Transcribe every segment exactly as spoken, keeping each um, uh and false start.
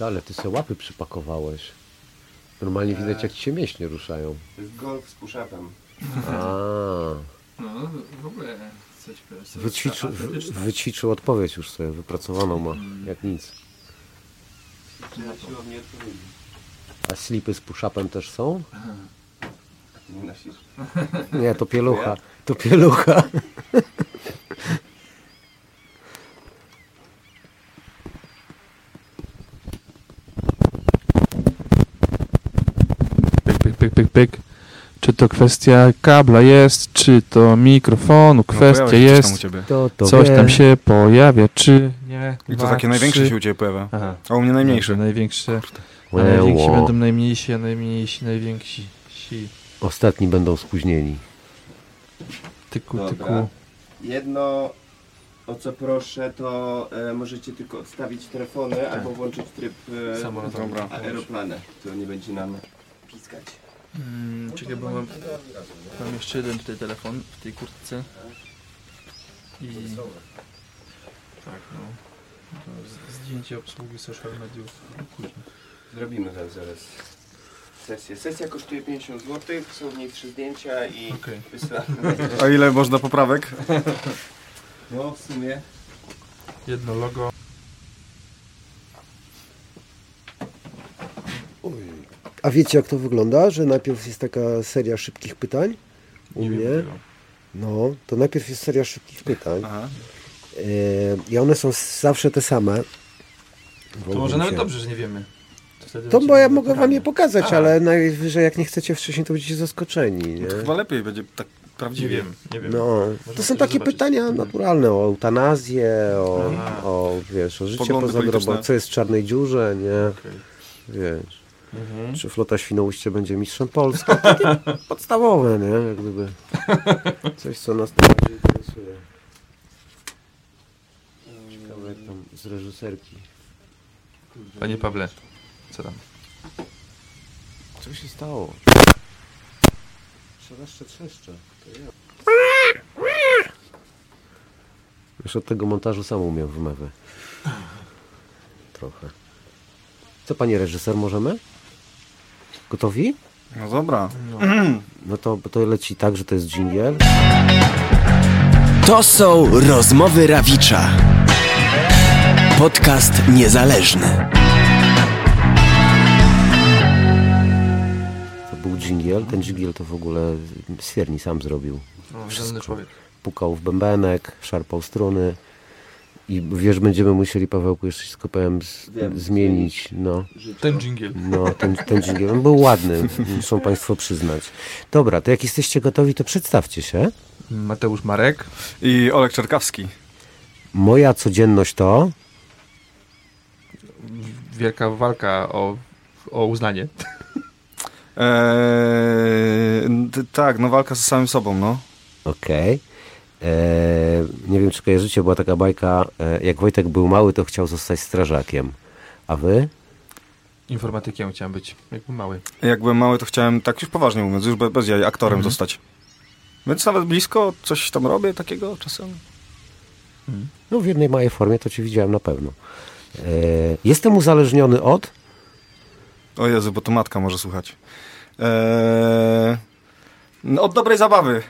Ale ty se łapy przypakowałeś. Normalnie tak. Widać, jak ci się mięśnie ruszają. To jest golf z push-upem. A. No, w ogóle coś... coś wyćwiczył, wyćwiczył odpowiedź już sobie, wypracowaną ma, hmm. jak nic. Na siłowni odpowiedzi. A slipy z push-upem też są? Aha. A ty nie nosisz? Nie, to pielucha. To pielucha. Pyk, pyk, pyk, pyk. Czy to kwestia kabla jest, czy to mikrofonu, kwestia no, jest, to, to coś wie. tam się pojawia, czy nie. I to dwa, takie największe się u Ciebie pojawia. Aha. A u mnie najmniejsze. Największe. A najwięksi będą najmniejsi, a najmniejsi, najwięksi. Ostatni będą spóźnieni. Tyku, Dobra. tyku. Jedno, o co proszę, to e, możecie tylko odstawić telefony tak. albo włączyć tryb e, aeroplana, to nie będzie nam piskać. Hmm, czekaj, bo mam, mam jeszcze jeden tutaj telefon w tej kurtce. I... Tak, no. Zdjęcie obsługi social mediów. Zrobimy tam zaraz sesję. Sesja kosztuje pięćdziesiąt złotych, są w niej trzy zdjęcia i okay. wysyłamy. A ile można poprawek? No w sumie. Jedno logo. A wiecie, jak to wygląda? Że najpierw jest taka seria szybkich pytań u mnie. No, to najpierw jest seria szybkich pytań. Aha. Yy, I one są zawsze te same. To może nawet dobrze, że nie wiemy. To, to bo ja mogę wam je pokazać, Aha. ale najwyżej jak nie chcecie wcześniej, to będziecie zaskoczeni. Nie? To chyba lepiej będzie tak prawdziwie. Nie wiem, nie wiem. No, to są takie zobaczyć. Pytania naturalne o eutanazję, o, o, wiesz, o życie pozagrobowe, co jest w czarnej dziurze, nie? Okay. Wiesz. Mhm. Czy flota Świnoujście będzie mistrzem Polski? Takie podstawowe, nie? Jak gdyby coś, co nas najbardziej interesuje. Ciekawe jak tam z reżyserki. Panie Pawle, co tam? Co się stało? Trzeszcze, trzeszcze. To ja. Już od tego montażu sam umiem wymowę. Trochę. Co, panie reżyser, możemy? Gotowi? No dobra. No, no to, to leci tak, że to jest dżingiel. To są Rozmowy Rawicza. Podcast niezależny. To był dżingiel. Ten dżingiel to w ogóle Swierni sam zrobił. O, człowiek. Pukał w bębenek, szarpał struny. I wiesz, będziemy musieli, Pawełku, jeszcze z kopem z, Wiem, zmienić. No. Ten dżingiel. No, ten, ten dżingiel. On był ładny, muszą Państwo przyznać. Dobra, to jak jesteście gotowi, to przedstawcie się. Mateusz Marek. I Olek Czerkawski. Moja codzienność to... Wielka walka o, o uznanie. Eee, t- tak, no walka ze samym sobą, no. Okej. Okay. Eee, nie wiem, czy kojarzycie, była taka bajka, e, jak Wojtek był mały, to chciał zostać strażakiem. A wy? Informatykiem chciałem być, jak był mały. Jak byłem mały, to chciałem, tak już poważnie mówiąc, już bez jaj, aktorem mhm. zostać. Więc nawet blisko coś tam robię takiego czasem. Mhm. No w jednej małej formie to cię widziałem na pewno. Eee, jestem uzależniony od? O Jezu, bo to matka może słuchać. Eee, no, od dobrej zabawy.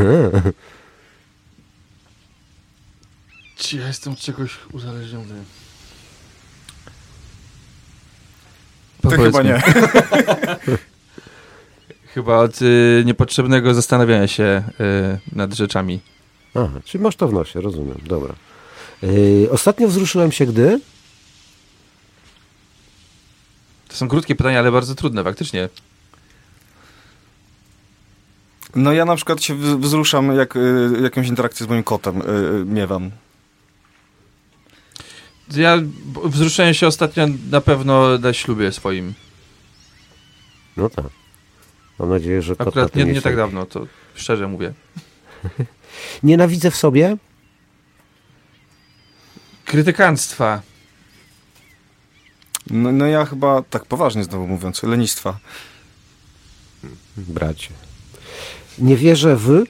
Czy ja jestem od czegoś uzależniony? Ty chyba nie. Chyba od y, niepotrzebnego zastanawiania się y, nad rzeczami. Aha, czyli masz to w nosie, rozumiem. Dobra. Yy, ostatnio wzruszyłem się, gdy... To są krótkie pytania, ale bardzo trudne, faktycznie. No ja na przykład się wzruszam, jak y, jakąś interakcję z moim kotem y, miewam. Ja wzruszyłem się ostatnio na pewno na ślubie swoim. No tak. Mam nadzieję, że kot akurat nie, nie się... tak dawno, to szczerze mówię. Nienawidzę w sobie? Krytykanstwa. No, no ja chyba, tak poważnie znowu mówiąc, lenistwa. Bracie. Nie wierzę w...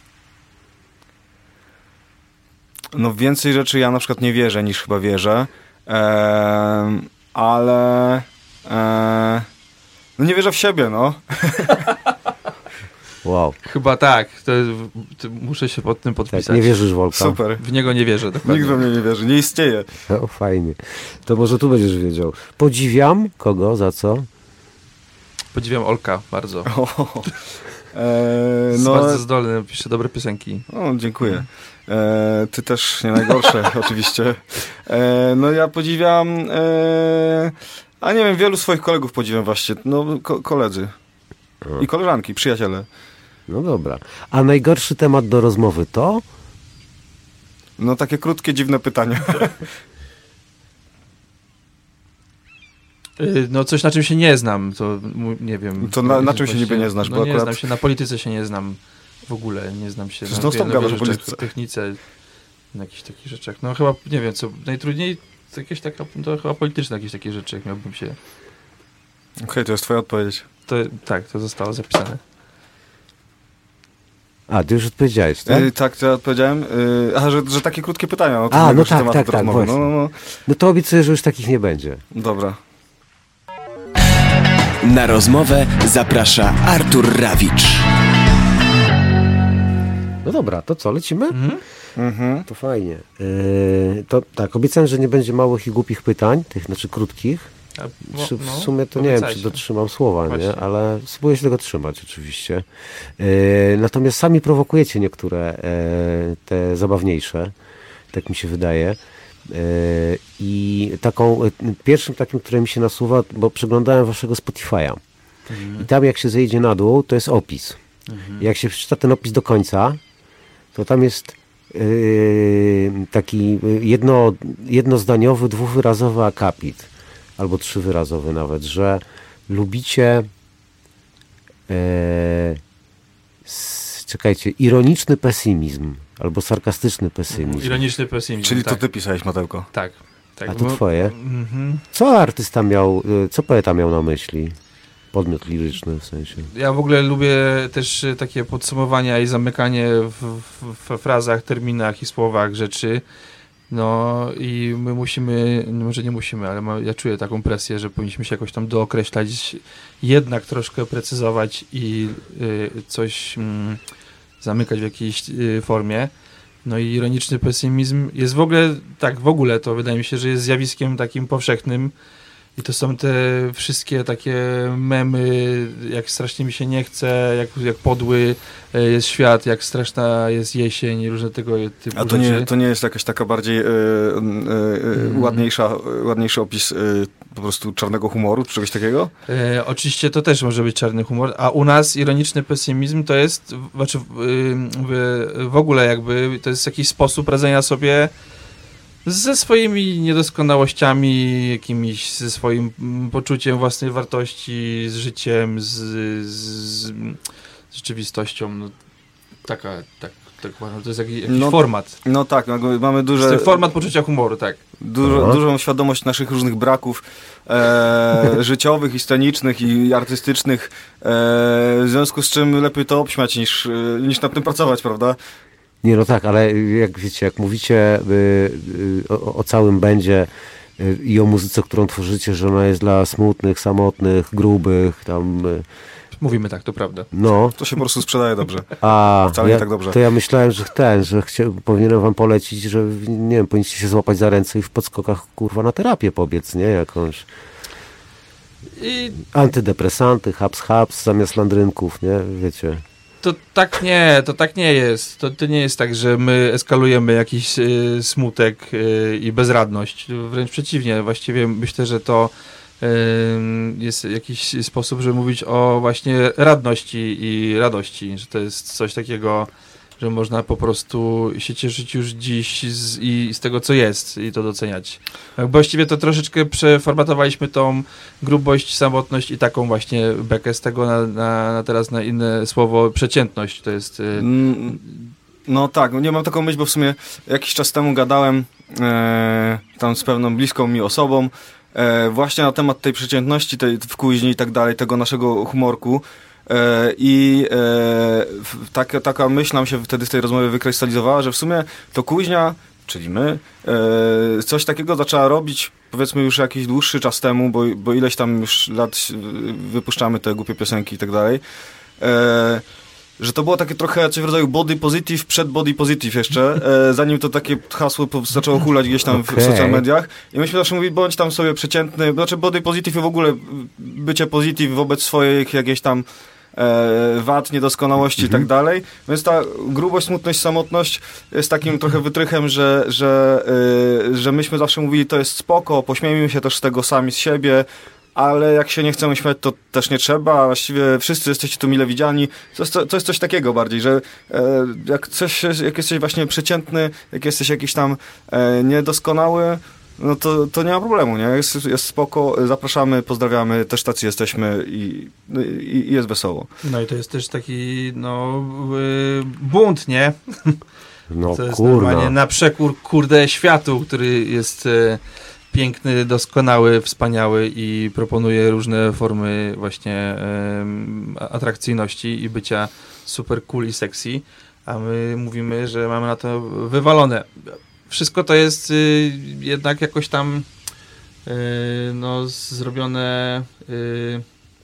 No więcej rzeczy ja na przykład nie wierzę niż chyba wierzę, E, ale e, no nie wierzę w siebie, no. Wow. Chyba tak. To, to muszę się pod tym podpisać. Tak, nie wierzysz w Wolka? Super. W niego nie wierzę. Dokładnie. Nikt we mnie nie wierzy, nie istnieje. No fajnie. To może tu będziesz wiedział. Podziwiam kogo, za co? Podziwiam Olka bardzo. O, e, Jest no, bardzo zdolny, pisze dobre piosenki. o, dziękuję. E, ty też nie najgorsze, oczywiście. E, no ja podziwiam, e, a nie wiem, wielu swoich kolegów podziwiam właśnie. No, ko- koledzy i koleżanki, przyjaciele. No dobra. A najgorszy temat do rozmowy to? No takie krótkie, dziwne pytania. Yy, No coś, na czym się nie znam, to mu- nie wiem. To na- na czym się niby nie znasz? No Bo nie akurat- znam się, na polityce się nie znam w ogóle, nie znam się Przecież na, non stop wie- na gadasz wielu o rzeczach, polityce. w technice, na jakichś takich rzeczach. No chyba, nie wiem, co najtrudniej, to jakieś taka, to chyba polityczne jakieś takie rzeczy, jak miałbym się... Okej, okay, to jest twoja odpowiedź. To, tak, to zostało zapisane. A, ty już odpowiedziałeś, tak? E, tak, to ja odpowiedziałem. E, aha, że, że takie krótkie pytania. No, to A, no najgorszy tak, temat tak, do tak, rozmowy. właśnie. No, no, No to obiecuję, że już takich nie będzie. no. Dobra. Na rozmowę zaprasza Artur Rawicz. No dobra, to co, lecimy? Mhm. Mhm. To fajnie. Yy, to tak, obiecałem, że nie będzie małych i głupich pytań, tych znaczy krótkich. A, bo- Czy w no, sumie to nie wiem, czy obiecajcie. dotrzymam słowa, Właśnie. nie? Ale spróbuję się tego trzymać oczywiście. Yy, natomiast sami prowokujecie niektóre e, te zabawniejsze, tak mi się wydaje. Yy, I taką, y, pierwszym takim, które mi się nasuwa, bo przeglądałem waszego Spotify'a. I tam jak się zejdzie na dół, to jest opis. Jak się przeczyta ten opis do końca, to tam jest yy, taki jedno, jednozdaniowy, dwuwyrazowy akapit, albo trzywyrazowy nawet, że lubicie yy, s, czekajcie, ironiczny pesymizm, albo sarkastyczny pesymizm. Ironiczny pesymizm. Czyli tak. to ty pisałeś, Matełko. Tak. tak A to bo- twoje? Mhm. Co artysta miał, yy, co poeta miał na myśli? Podmiot liryczny w sensie. Ja w ogóle lubię też y, takie podsumowania i zamykanie w, w, w frazach, terminach i słowach rzeczy. No i my musimy, no może nie musimy, ale ma, ja czuję taką presję, że powinniśmy się jakoś tam dookreślać, jednak troszkę precyzować i y, coś mm, zamykać w jakiejś y, formie. No i ironiczny pesymizm jest w ogóle, tak w ogóle to wydaje mi się, że jest zjawiskiem takim powszechnym. I to są te wszystkie takie memy, jak strasznie mi się nie chce, jak, jak podły jest świat, jak straszna jest jesień i różne tego typu A to rzeczy. nie, to nie jest jakaś taka bardziej e, e, e, Mm. ładniejsza, ładniejszy opis e, po prostu czarnego humoru, czy czegoś takiego? E, oczywiście to też może być czarny humor, a u nas ironiczny pesymizm to jest, znaczy w, w, w ogóle jakby to jest jakiś sposób radzenia sobie ze swoimi niedoskonałościami, jakimiś, ze swoim mm, poczuciem własnej wartości, z życiem, z, z, z rzeczywistością. No, taka, tak, tak, no, to jest jakiś, jakiś No, format. No tak, jakby mamy To duże, jest format poczucia humoru, tak. dużo, Aha. dużą świadomość naszych różnych braków e, życiowych i scenicznych i artystycznych, e, w związku z czym lepiej to obśmiać niż, e, niż nad tym pracować, prawda? Nie, no tak, ale jak wiecie, jak mówicie y, y, o, o całym będzie y, i o muzyce, którą tworzycie, że ona jest dla smutnych, samotnych, grubych, tam, y, Mówimy tak, to prawda. no, To się po prostu sprzedaje dobrze. a Wcale nie ja, tak dobrze. to ja myślałem, że ten, że chcia, powinienem wam polecić, że nie wiem, powinniście się złapać za ręce i w podskokach, kurwa, na terapię pobiec, nie, jakąś I antydepresanty, haps, haps, zamiast landrynków, nie, wiecie. to tak nie, to tak nie jest. To, to nie jest tak, że my eskalujemy jakiś y, smutek y, i bezradność. Wręcz przeciwnie. Właściwie myślę, że to y, jest jakiś sposób, żeby mówić o właśnie radności i radości. Że to jest coś takiego, że można po prostu się cieszyć już dziś z, i z tego, co jest i to doceniać. Właściwie to troszeczkę przeformatowaliśmy tą grubość, samotność i taką właśnie bekę z tego na, na, na teraz na inne słowo przeciętność. To jest... y, Mm, No tak, nie mam taką myśl, bo w sumie jakiś czas temu gadałem e, tam z pewną bliską mi osobą e, właśnie na temat tej przeciętności, tej w kuźni i tak dalej, tego naszego humorku. E, I e, w- taka, taka myśl nam się wtedy z tej rozmowy wykrystalizowała, że w sumie to kuźnia czyli my, e, coś takiego zaczęła robić, powiedzmy już jakiś dłuższy czas temu, bo, bo ileś tam już lat wypuszczamy te głupie piosenki i tak dalej, e, że to było takie trochę coś w rodzaju body positive przed body positive jeszcze, e, zanim to takie hasło zaczęło hulać gdzieś tam okay. w social mediach. I myśmy zawsze mówili, bądź tam sobie przeciętny, znaczy body positive i w ogóle bycie positive wobec swoich jakichś tam e, wad, niedoskonałości mhm. i tak dalej. Więc ta grubość, smutność, samotność jest takim trochę wytrychem, że, że, e, że myśmy zawsze mówili, to jest spoko, pośmiejmy się też z tego sami z siebie, ale jak się nie chcemy śmiać, to też nie trzeba. Właściwie wszyscy jesteście tu mile widziani. To jest, to jest coś takiego bardziej, że e, jak, coś, jak jesteś właśnie przeciętny, jak jesteś jakiś tam e, niedoskonały, no to, to nie ma problemu, nie? Jest, jest spoko, zapraszamy, pozdrawiamy, też tacy jesteśmy i, i, i jest wesoło. No i to jest też taki, no, yy, bunt, nie? No to jest kurwa. normalnie na przekór, kurde, światu, który jest... Yy, piękny, doskonały, wspaniały i proponuje różne formy właśnie um, atrakcyjności i bycia super cool i sexy, a my mówimy, że mamy na to wywalone. Wszystko to jest y, jednak jakoś tam y, no, zrobione y,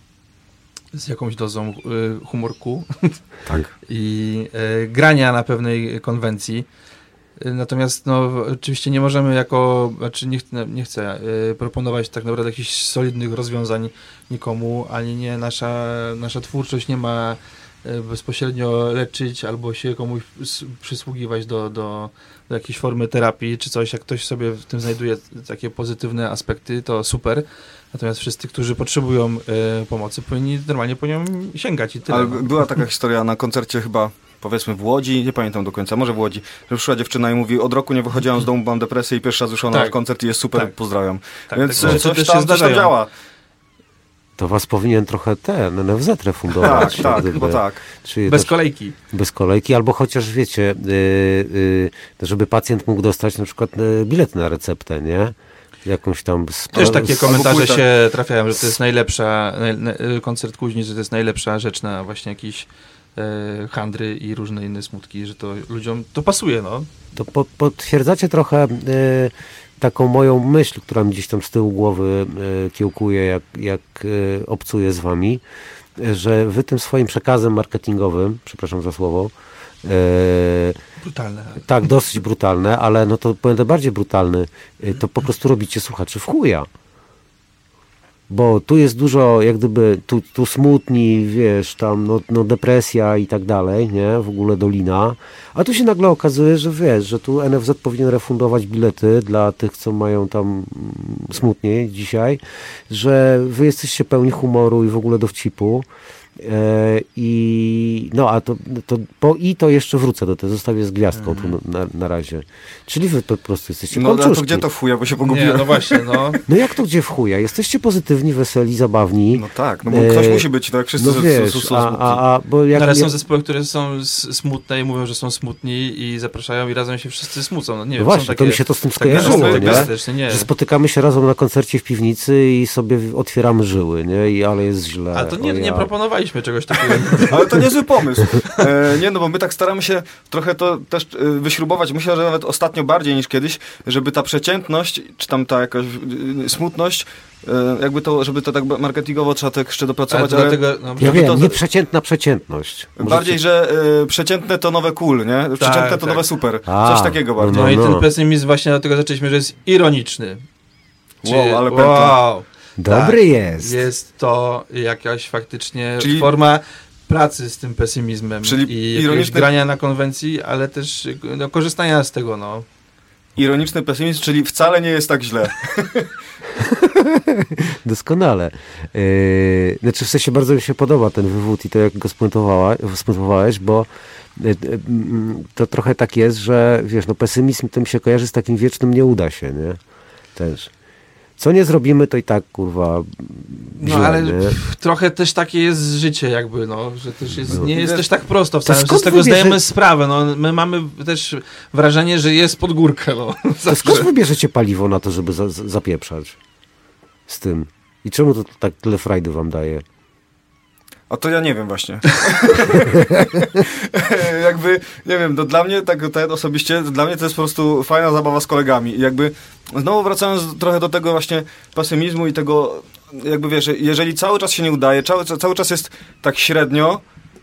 z jakąś dozą y, humorku tak. i y, grania na pewnej konwencji. Natomiast no, oczywiście nie możemy jako, znaczy nie, nie chcę y, proponować tak naprawdę jakichś solidnych rozwiązań nikomu, ani nie nasza, nasza twórczość nie ma y, bezpośrednio leczyć albo się komuś s, przysługiwać do, do, do jakiejś formy terapii czy coś. Jak ktoś sobie w tym znajduje takie pozytywne aspekty, to super. Natomiast wszyscy, którzy potrzebują y, pomocy, powinni normalnie po nią sięgać i tyle. Ale była taka historia na koncercie chyba powiedzmy w Łodzi, nie pamiętam do końca, może w Łodzi, że przyszła dziewczyna i mówi, od roku nie wychodziłam z domu, mam depresję i pierwszy raz wyszła tak. na koncert i jest super, tak. pozdrawiam. Tak, Więc tak, coś, też tam, coś tam działa. To was powinien trochę ten N F Z refundować. Tak, tak, gdyby, chyba tak. Czyli bez też, kolejki. Bez kolejki, albo chociaż wiecie, yy, yy, żeby pacjent mógł dostać na przykład bilet na receptę, nie? Jakąś tam... Też takie komentarze się trafiają, że to jest najlepsza, naj, koncert Kuźnic, że to jest najlepsza rzecz na właśnie jakiś e, handry i różne inne smutki, że to ludziom to pasuje, no. To po, potwierdzacie trochę e, taką moją myśl, która mi gdzieś tam z tyłu głowy e, kiełkuje, jak, jak e, obcuję z wami, e, że wy tym swoim przekazem marketingowym, przepraszam za słowo, e, brutalne. Tak, dosyć brutalne, ale no to będę bardziej brutalny, e, to po prostu robicie słuchaczy w chuja. Bo tu jest dużo, jak gdyby, tu, tu smutni, wiesz, tam no, no depresja i tak dalej, nie, w ogóle dolina, a tu się nagle okazuje, że wiesz, że tu N F Z powinien refundować bilety dla tych, co mają tam smutniej dzisiaj, że wy jesteście pełni humoru i w ogóle dowcipu. I no a to, to po i to jeszcze wrócę do tego, zostawię z gwiazdką tu na, na razie. Czyli wy po prostu jesteście no, no to gdzie to w chuja, bo się pogubiłem. Nie, no właśnie, no. No jak to gdzie w chuja? Jesteście pozytywni, weseli, zabawni. No tak, no bo e... ktoś musi być, no jak wszyscy no wiesz, są, są a, a, a, bo jak, no, ale są jak... zespoły, które są smutne i mówią, że są smutni i zapraszają i razem się wszyscy smucą. No nie no wiem, właśnie, takie, to mi się to z tym skojarzyło, tak, nie? nie? Że spotykamy się razem na koncercie w piwnicy i sobie otwieramy żyły, nie? I ale jest źle. Ale to nie, ja... nie proponowaliśmy czegoś takiego. Ale to niezły pomysł. E, nie, no bo my tak staramy się trochę to też e, wyśrubować. Myślę, że nawet ostatnio bardziej niż kiedyś, żeby ta przeciętność, czy tam ta jakaś e, smutność, e, jakby to, żeby to tak marketingowo trzeba tak jeszcze dopracować. Ale, ale dlatego, no, ja wiem, to, nieprzeciętna przeciętność. Możecie... Bardziej, że e, przeciętne to nowe cool, nie? Przeciętne tak, to tak. nowe super. A, coś takiego bardziej. No, no, no, no i ten pesymizm właśnie dlatego zaczęliśmy, że jest ironiczny. Czy, wow, ale wow, dobry tak, jest. Jest to jakaś faktycznie Czyli... forma pracy z tym pesymizmem Czyli i jakiegoś ironiczny... grania na konwencji, ale też no, korzystania z tego, no. Ironiczny pesymizm, czyli wcale nie jest tak źle. Doskonale. Yy, znaczy w sensie bardzo mi się podoba ten wywód i to, jak go spunktowałeś, bo yy, yy, to trochę tak jest, że wiesz, no pesymizm to mi się kojarzy z takim wiecznym nie uda się, nie? Też. Co nie zrobimy, to i tak, kurwa, no źle, ale nie? pff, trochę też takie jest życie jakby, no, że też jest, no. nie jest też tak prosto wcale, To że z tego wybierze... zdajemy sprawę, no, my mamy też wrażenie, że jest pod górkę, no. To skąd wybierzecie paliwo na to, żeby za, zapieprzać z tym? I czemu to tak tyle frajdy wam daje? A to ja nie wiem właśnie. Jakby, nie wiem, to dla mnie, tak ten osobiście, dla mnie to jest po prostu fajna zabawa z kolegami. I jakby, znowu wracając trochę do tego właśnie pesymizmu i tego, jakby wiesz, jeżeli cały czas się nie udaje, cały, cały czas jest tak średnio,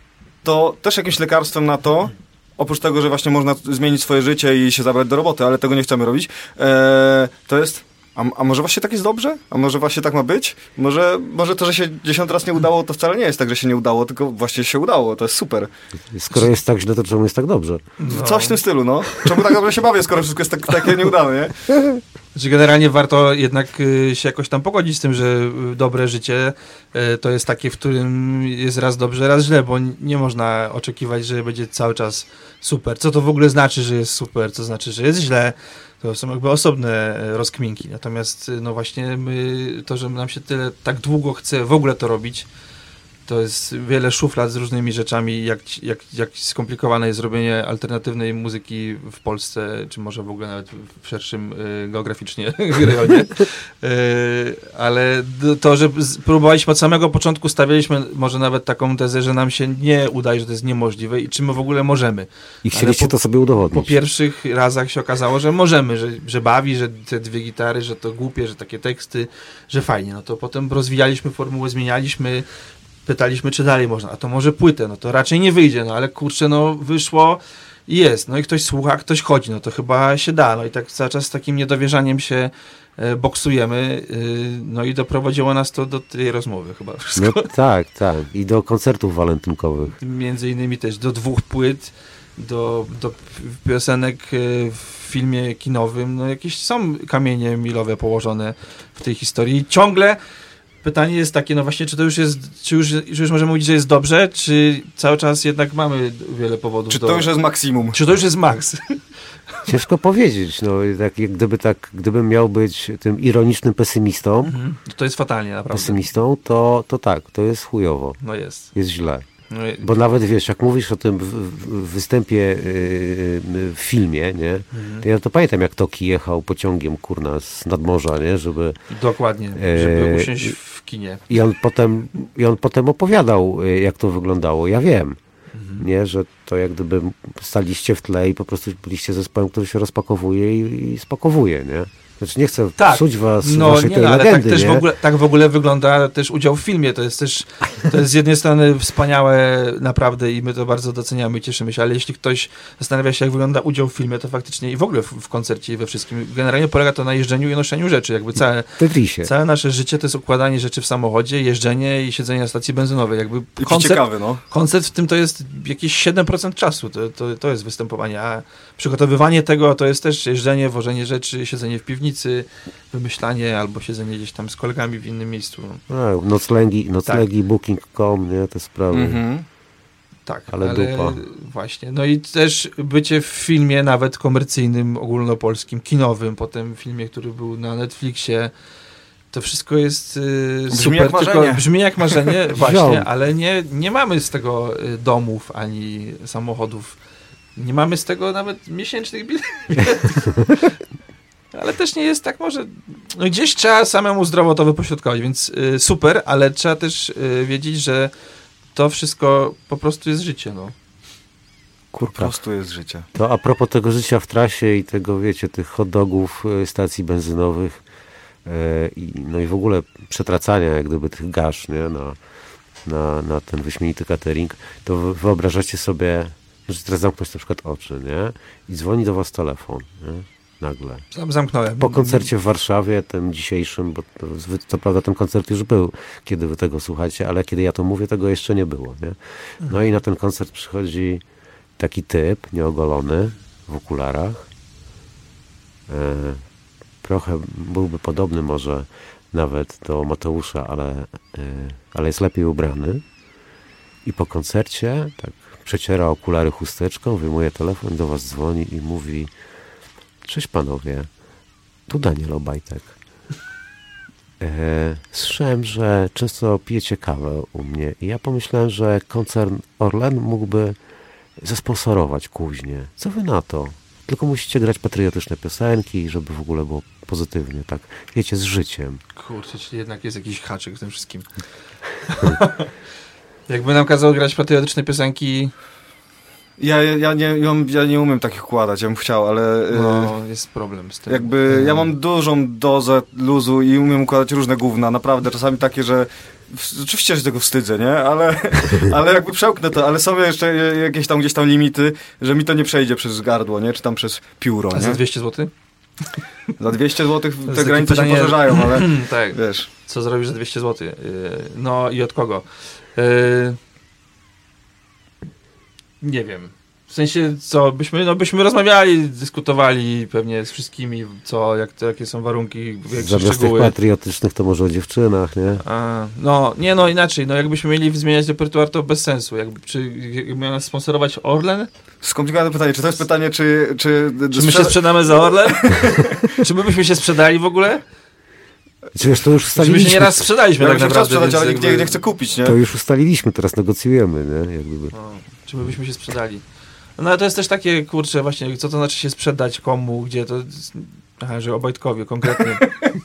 to też jakimś lekarstwem na to, oprócz tego, że właśnie można zmienić swoje życie i się zabrać do roboty, ale tego nie chcemy robić, e, to jest, a, a może właśnie tak jest dobrze? A może właśnie tak ma być? Może, może to, że się dziesiąt raz nie udało, to wcale nie jest tak, że się nie udało, tylko właśnie się udało, to jest super. Skoro jest tak źle, to czemu jest tak dobrze? No. Coś w tym stylu, no. Czemu tak dobrze się bawię, skoro wszystko jest tak, takie nieudane, nie? Znaczy generalnie warto jednak y, się jakoś tam pogodzić z tym, że y, dobre życie y, to jest takie, w którym jest raz dobrze, raz źle, bo nie można oczekiwać, że będzie cały czas super. Co to w ogóle znaczy, że jest super? Co znaczy, że jest źle? To są jakby osobne rozkminki. Natomiast no właśnie my, to, że nam się tyle tak długo chce w ogóle to robić, to jest wiele szuflad z różnymi rzeczami, jak, jak, jak skomplikowane jest zrobienie alternatywnej muzyki w Polsce, czy może w ogóle nawet w szerszym y, geograficznie rejonie. Y, ale to, że próbowaliśmy od samego początku, stawialiśmy może nawet taką tezę, że nam się nie udaje, że to jest niemożliwe i czy my w ogóle możemy. I chcieliście po, to sobie udowodnić. Po pierwszych razach się okazało, że możemy, że, że bawi, że te dwie gitary, że to głupie, że takie teksty, że fajnie. No to potem rozwijaliśmy formułę, zmienialiśmy, pytaliśmy, czy dalej można, a to może płytę, no to raczej nie wyjdzie, no ale kurczę, no wyszło i jest, no i ktoś słucha, ktoś chodzi, no to chyba się da, no i tak cały czas z takim niedowierzaniem się e, boksujemy, e, no i doprowadziło nas to do tej rozmowy chyba wszystko. No tak, tak, i do koncertów walentynkowych. Między innymi też do dwóch płyt, do, do piosenek e, w filmie kinowym, no jakieś są kamienie milowe położone w tej historii. Ciągle pytanie jest takie, no właśnie, czy to już jest, czy już, czy już możemy mówić, że jest dobrze, czy cały czas jednak mamy wiele powodów Czy do... to już jest maksimum? Czy to już jest maks? Ciężko powiedzieć, no tak, jak gdyby tak, gdybym miał być tym ironicznym pesymistą, Mhm. To jest fatalnie, naprawdę. pesymistą, to, to tak, to jest chujowo, No jest. jest źle. No, Bo nawet wiesz, jak mówisz o tym w, w, w występie yy, w filmie, nie? mhm. To ja to pamiętam, jak Toki jechał pociągiem, kurna, z nadmorza, nie? Żeby... Dokładnie, żeby usiąść w kinie. I on potem, i on potem opowiadał, jak to wyglądało. Ja wiem, mhm. nie? Że to jak gdyby staliście w tle i po prostu byliście zespołem, który się rozpakowuje i, i spakowuje, nie? Znaczy nie chcę tak. psuć was, no, waszej nie, tej no, ale legendy, tak, też nie? w ogóle, tak w ogóle wygląda też udział w filmie. To jest też, to jest z jednej strony wspaniałe naprawdę i my to bardzo doceniamy i cieszymy się, ale jeśli ktoś zastanawia się, jak wygląda udział w filmie, to faktycznie i w ogóle w, w koncercie i we wszystkim, generalnie polega to na jeżdżeniu i noszeniu rzeczy. Jakby całe, całe nasze życie to jest układanie rzeczy w samochodzie, jeżdżenie i siedzenie na stacji benzynowej. Jakby I koncert, ciekawe, no. koncert w tym to jest jakieś siedem procent czasu. To, to, to jest występowanie, a przygotowywanie tego to jest też jeżdżenie, wożenie rzeczy, siedzenie w piwnicy, wymyślanie albo siedzenie gdzieś tam z kolegami w innym miejscu. A, noclegi, noclegi tak. booking kropka com, nie, te sprawy. Mhm. Tak, ale, ale dupa. Właśnie. No i też bycie w filmie nawet komercyjnym, ogólnopolskim, kinowym, potem filmie, który był na Netflixie, to wszystko jest yy, brzmi super, jak tylko brzmi jak marzenie, właśnie, ale nie, nie mamy z tego y, domów ani samochodów. Nie mamy z tego nawet miesięcznych biletów. Ale też nie jest tak może... No gdzieś trzeba samemu zdrowo to wypośrodkować, więc y, super, ale trzeba też y, wiedzieć, że to wszystko po prostu jest życie, no. Kurka. Po prostu jest życie. To a propos tego życia w trasie i tego, wiecie, tych hot dogów, stacji benzynowych yy, i, no i w ogóle przetracania jak gdyby tych gasz, nie, na, na, na ten wyśmienity catering, to wyobrażacie sobie, że teraz zamknąć na przykład oczy, nie? I dzwoni do was telefon, nie? Nagle. Sam zamknąłem. Po koncercie w Warszawie, tym dzisiejszym, bo to, to prawda ten koncert już był, kiedy wy tego słuchacie, ale kiedy ja to mówię, tego jeszcze nie było, nie? No mhm. i na ten koncert przychodzi taki typ, nieogolony, w okularach. E, trochę byłby podobny może nawet do Mateusza, ale, e, ale jest lepiej ubrany. I po koncercie tak przeciera okulary chusteczką, wyjmuje telefon, do was dzwoni i mówi: cześć panowie, tu Daniel Obajtek. E, słyszałem, że często pijecie kawę u mnie i ja pomyślałem, że koncern Orlen mógłby zasponsorować Kuźnię. Co wy na to? Tylko musicie grać patriotyczne piosenki, żeby w ogóle było pozytywnie, tak, wiecie, z życiem. Kurczę, czyli jednak jest jakiś haczyk w tym wszystkim. Jakby nam kazał grać patriotyczne piosenki... Ja, ja, nie, ja nie umiem takich układać, ja bym chciał, ale... No, jest problem z tym. Jakby hmm. ja mam dużą dozę luzu i umiem układać różne gówna, naprawdę, czasami takie, że... Oczywiście, że tego wstydzę, nie? Ale, ale jakby przełknę to, ale są jeszcze jakieś tam gdzieś tam limity, że mi to nie przejdzie przez gardło, nie? Czy tam przez pióro, nie? A za dwieście złotych? Za dwieście złotych te granice pytanie... się poszerzają, ale tak. Wiesz. Co zrobisz za dwieście złotych? No i od kogo? Nie wiem. W sensie, co, byśmy, no byśmy rozmawiali, dyskutowali pewnie z wszystkimi, co, jak to, jakie są warunki, jakie zamiast szczegóły. tych patriotycznych to może o dziewczynach, nie? A, no, nie, no inaczej, no jakbyśmy mieli zmieniać repertuar, to bez sensu. Jakby, czy miał nas sponsorować Orlen? Skomplikowane pytanie, czy to jest pytanie, czy... Czy, czy my się sprzedamy za Orlen? Czy my byśmy się sprzedali w ogóle? Czy wiesz, to już ustaliliśmy. Czy my się nieraz sprzedaliśmy ja tak naprawdę. Sprzedać, ale jakby... nikt nie chce kupić, nie? To już ustaliliśmy, teraz negocjujemy, nie? Jakby. No, czy my byśmy się sprzedali? No ale to jest też takie, kurczę, właśnie, co to znaczy się sprzedać komu, gdzie to... Aha, że Obajtkowie konkretnie.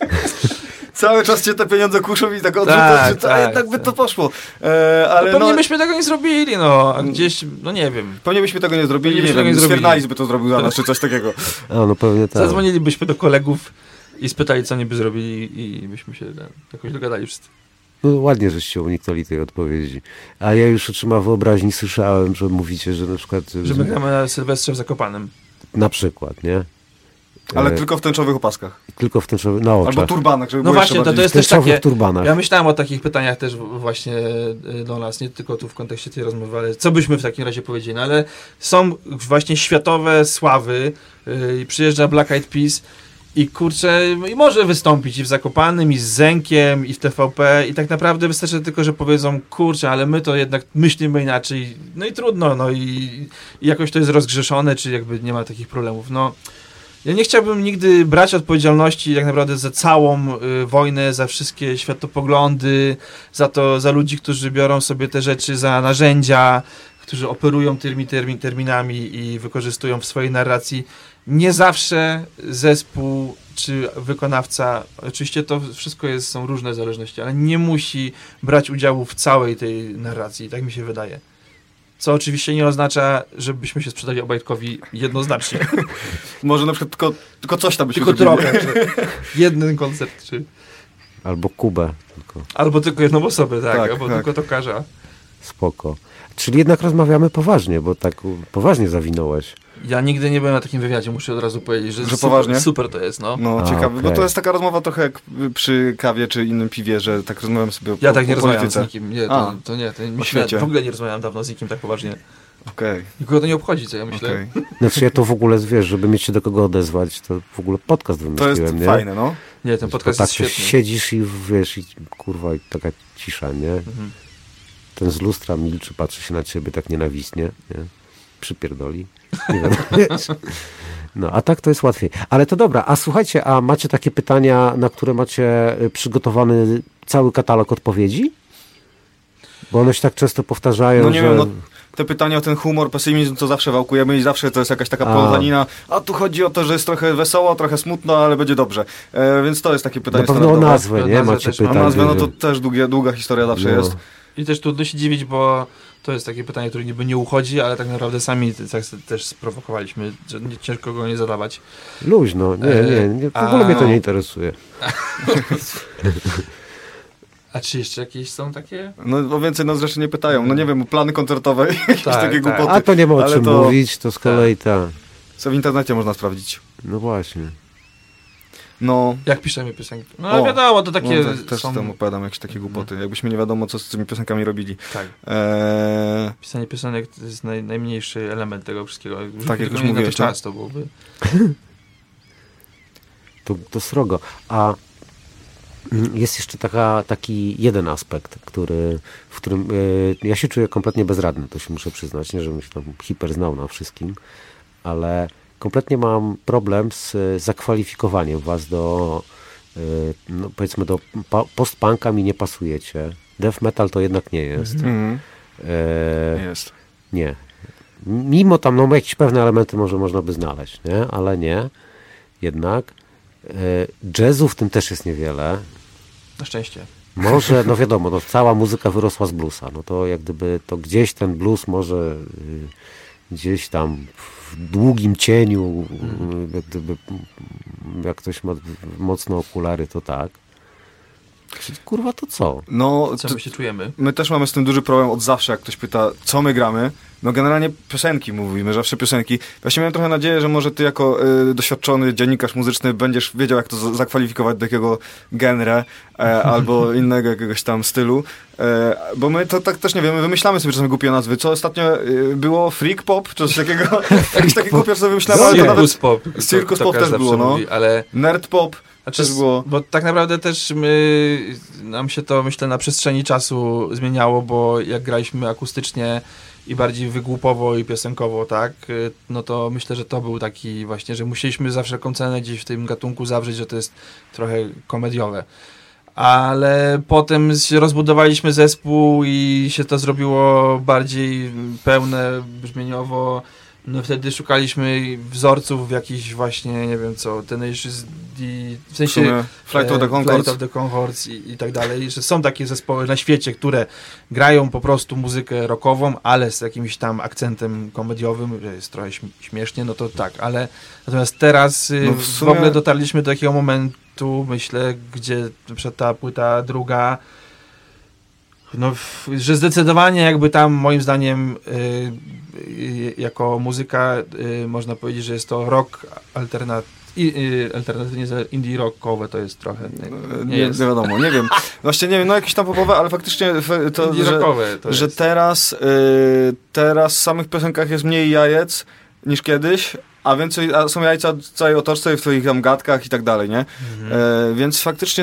Cały czas cię te pieniądze kuszą i tak odrzucasz, tak, tak, jednak by to poszło. E, ale no pewnie no, byśmy tego nie zrobili, no. A gdzieś, no nie wiem. Pewnie byśmy tego nie zrobili, pewnie nie wiem, nie Swiernais by to zrobił za nas, czy coś takiego. A, no pewnie tak. Zadzwonilibyśmy do kolegów i spytali, co oni by zrobili i byśmy się tam, jakoś dogadali wszyscy. No ładnie, żeście uniknęli tej odpowiedzi. A ja już oczyma wyobraźni słyszałem, że mówicie, że na przykład... Że my gramy na Sylwestrze w Zakopanem. Na przykład, nie? Ale e... tylko w tęczowych opaskach. Tylko w tęczowych, na oczach. Albo turbanach, żeby no było właśnie, to, to jest w też takie... turbanach. Ja myślałem o takich pytaniach też właśnie do nas, nie tylko tu w kontekście tej rozmowy, ale co byśmy w takim razie powiedzieli, no ale są właśnie światowe sławy i yy, przyjeżdża Black Eyed Peas i kurczę, i może wystąpić i w Zakopanym, i z Zenkiem, i w T V P i tak naprawdę wystarczy tylko, że powiedzą, kurczę, ale my to jednak myślimy inaczej, no i trudno, no i, i jakoś to jest rozgrzeszone, czy jakby nie ma takich problemów, no. Ja nie chciałbym nigdy brać odpowiedzialności tak naprawdę za całą y, wojnę, za wszystkie światopoglądy, za to, za ludzi, którzy biorą sobie te rzeczy za narzędzia, którzy operują tymi termin, terminami i wykorzystują w swojej narracji. Nie zawsze zespół czy wykonawca, oczywiście to wszystko jest, są różne zależności, ale nie musi brać udziału w całej tej narracji, tak mi się wydaje. Co oczywiście nie oznacza, żebyśmy się sprzedali Obajtkowi jednoznacznie. Może na przykład tylko, tylko coś tam byśmy Tylko trochę. Jeden koncert, czy... Albo Kubę. Tylko. Albo tylko jedną osobę, tak. tak albo tak. tylko tokarza. Spoko. Czyli jednak rozmawiamy poważnie, bo tak poważnie zawinąłeś. Ja nigdy nie byłem na takim wywiadzie, muszę od razu powiedzieć, że, że super, poważnie? super to jest, no. No, A, ciekawe, okay. bo to jest taka rozmowa trochę jak przy kawie czy innym piwie, że tak rozmawiam sobie Ja o, tak nie o rozmawiam polityce. z nikim, nie, to, to nie, to myślę, w ogóle nie rozmawiałem dawno z nikim tak poważnie. Okej. Okay. Nikogo to nie obchodzi, co ja myślę. Okay. Znaczy ja to w ogóle, wiesz, żeby mieć się do kogo odezwać, to w ogóle podcast wymyśliłem, To jest nie? fajne, no. Nie, ten podcast tak jest świetny. Siedzisz i wiesz, i kurwa, i taka cisza, nie? Mhm. Ten z lustra milczy, patrzy się na ciebie tak nienawistnie, nie? Przypierdoli. Nie wiadomo, wiesz? No, a tak to jest łatwiej. Ale to dobra, a słuchajcie, a macie takie pytania, na które macie przygotowany cały katalog odpowiedzi? Bo one się tak często powtarzają, No nie że... wiem, no, te pytania o ten humor, pesymizm, to zawsze wałkujemy i zawsze to jest jakaś taka połowanina, a tu chodzi o to, że jest trochę wesoło, trochę smutno, ale będzie dobrze. E, więc to jest takie pytanie Na pewno o nazwę, nie? Nazwę Macie też. pytanie. A nazwę, no to też długie, długa historia zawsze No. jest. I też trudno się dziwić, bo to jest takie pytanie, które niby nie uchodzi, ale tak naprawdę sami tak też sprowokowaliśmy, że nie, ciężko go nie zadawać. Luźno, nie, nie, nie w ogóle a... mnie to nie interesuje. A czy jeszcze jakieś są takie? No o więcej nas rzeczy nie pytają. No nie wiem, o plany koncertowe, jakieś Tak, takie tak. głupoty. A to nie ma o ale czym to- mówić, to z kolei ta. Co w internecie można sprawdzić. No właśnie. No, Jak piszemy piosenki? No O, wiadomo, to takie no te, też są... tam opowiadam jakieś takie głupoty. Jakbyśmy nie wiadomo, co z tymi piosenkami robili. Tak. Eee, Pisanie piosenek to jest naj, najmniejszy element tego wszystkiego. Już Tak, jak tylko już nie na to mówiłeś, czas to byłoby. To, to srogo. A mm, jest jeszcze taka, taki jeden aspekt, który, w którym y, ja się czuję kompletnie bezradny, to się muszę przyznać, nie żebym się tam hiper znał na wszystkim, ale kompletnie mam problem z y, zakwalifikowaniem was do, y, no, powiedzmy, do pa, post-punka mi nie pasujecie. Death metal to jednak nie jest. mhm. E, Jest. nie. Mimo tam no, jakieś pewne elementy może można by znaleźć, nie? Ale nie. Jednak. E, jazzu w tym też jest niewiele. Na szczęście. może, no wiadomo, no, cała muzyka wyrosła z bluesa, no to jak gdyby to gdzieś ten blues może y, gdzieś tam w długim cieniu, y, jak gdyby, jak ktoś ma mocne okulary, to tak. Kurwa, to co? No, co to, my się czujemy? My też mamy z tym duży problem od zawsze, jak ktoś pyta, co my gramy. No generalnie piosenki mówimy, zawsze piosenki. Właśnie miałem trochę nadzieję, że może ty jako y, doświadczony dziennikarz muzyczny będziesz wiedział, jak to z- zakwalifikować do jakiego genre e, albo innego jakiegoś tam stylu. E, bo my to tak też nie wiemy, wymyślamy sobie czasami głupie nazwy. Co ostatnio y, było? Freak pop? Czy coś takiego? Jakieś takie głupie sobie wymyślamy, ale to Circus nawet... pop. Circus pop też było, no. Mówi, ale... Nerd pop. Znaczy, też było. Bo tak naprawdę też my, nam się to, myślę, na przestrzeni czasu zmieniało, bo jak graliśmy akustycznie i bardziej wygłupowo i piosenkowo, tak, no to myślę, że to był taki właśnie, że musieliśmy za wszelką cenę gdzieś w tym gatunku zawrzeć, że to jest trochę komediowe. Ale potem się rozbudowaliśmy zespół i się to zrobiło bardziej pełne, brzmieniowo. No wtedy szukaliśmy wzorców w jakichś właśnie, nie wiem co, Tenacious D, w sensie W Flight of the Conchords, Flight of the Conchords i, i tak dalej, że są takie zespoły na świecie, które grają po prostu muzykę rockową, ale z jakimś tam akcentem komediowym, że jest trochę śmiesznie, no to tak, ale natomiast teraz No w, w sumie... w ogóle dotarliśmy do takiego momentu, myślę, gdzie na przykład ta płyta druga, no, że zdecydowanie jakby tam moim zdaniem y, y, jako muzyka y, można powiedzieć, że jest to rock alternat, y, y, alternatywnie indie rockowe to jest trochę. Nie, Nie, jest. nie wiadomo, nie wiem. Właśnie nie wiem, no jakieś tam popowe, ale faktycznie to, Indie że, rockowe to że jest. teraz, y, teraz w samych piosenkach jest mniej jajec niż kiedyś, a więcej, a są jajca w całej otoczce, w twoich tam gadkach i tak dalej, nie? Mhm. E, więc faktycznie...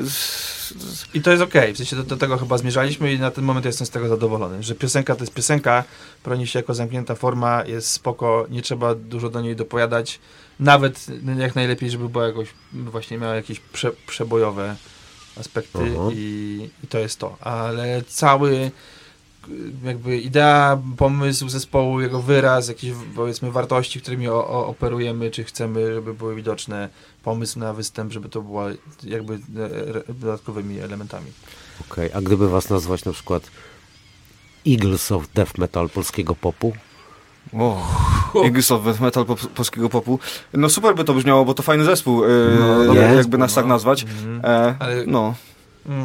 I to jest okej, okay. W sensie do, do tego chyba zmierzaliśmy i na ten moment jestem z tego zadowolony, że piosenka to jest piosenka, broni się jako zamknięta forma, jest spoko, nie trzeba dużo do niej dopowiadać, nawet jak najlepiej, żeby była jakoś, właśnie miała jakieś prze, przebojowe aspekty i, i to jest to, ale cały jakby idea, pomysł zespołu, jego wyraz, jakieś powiedzmy wartości, którymi o, o, operujemy, czy chcemy, żeby były widoczne, pomysł na występ, żeby to było jakby dodatkowymi elementami. Okej, okay. A gdyby was nazwać na przykład Eagles of Death Metal polskiego popu? O, Eagles of Death Metal po, polskiego popu. No super by to brzmiało, bo to fajny zespół, yy, no, jakby nas tak nazwać. Mm, e, ale, no. Mm.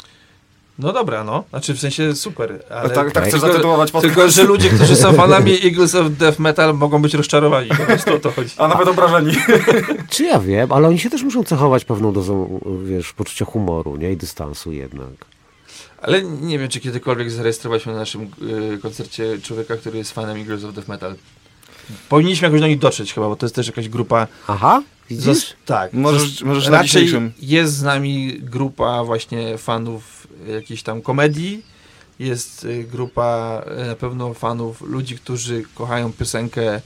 No dobra, no. Znaczy w sensie super. Ale tak, tak chcesz tylko, zatytułować podcast. Tylko, że ludzie, którzy są fanami Eagles of Death Metal mogą być rozczarowani. Po prostu o to chodzi. A nawet obrażeni. Czy ja wiem, ale oni się też muszą cechować pewną dozą, wiesz, poczucia humoru, nie? I dystansu jednak. Ale nie wiem, czy kiedykolwiek zarejestrowaliśmy na naszym y, koncercie człowieka, który jest fanem Eagles of Death Metal. Powinniśmy jakoś do nich dotrzeć chyba, bo to jest też jakaś grupa... Aha, widzisz? Zos- tak. Możesz, możesz na Raczej dzisiejszym. jest z nami grupa właśnie fanów jakiejś tam komedii. Jest y, grupa y, na pewno fanów ludzi, którzy kochają piosenkę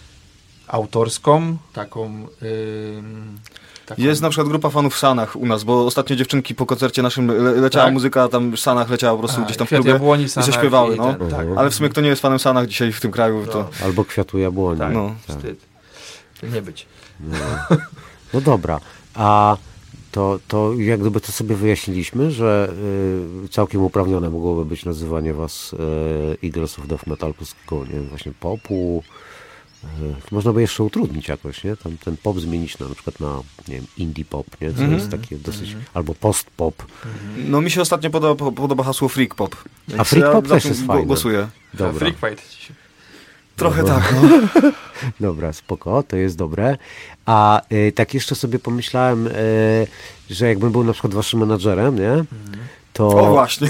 autorską, taką... Y, taką... Jest na przykład grupa fanów w Sanach u nas, bo ostatnio dziewczynki po koncercie naszym le leciała Tak? muzyka, tam w Sanach leciała po prostu A, gdzieś tam w Kwiat klubie Jabłoni, i Sanach się śpiewały, i no. ten, tak. Mhm. Ale w sumie kto nie jest fanem Sanach dzisiaj w tym kraju, to... No. Albo kwiatu jabłoni. Tak, No. wstyd. Nie być. No. No dobra, a to, to jak gdyby to sobie wyjaśniliśmy, że y, całkiem uprawnione mogłoby być nazywanie was y, Eagles of Death Metal polskiego, nie wiem, właśnie popu. Y, można by jeszcze utrudnić jakoś, nie? Tam ten pop zmienić na, na przykład na, nie wiem, indie pop, nie? Co Mhm. jest takie dosyć, albo post pop. No mi się ostatnio podoba, podoba hasło freak pop. Więc A freak ja pop za też tym jest gło- fajne. Głosuję. Dobra. Freak fight. Trochę No. tak, no. Dobra, spoko, to jest dobre. A y, tak jeszcze sobie pomyślałem, y, że jakbym był na przykład waszym menadżerem, nie? To, O właśnie.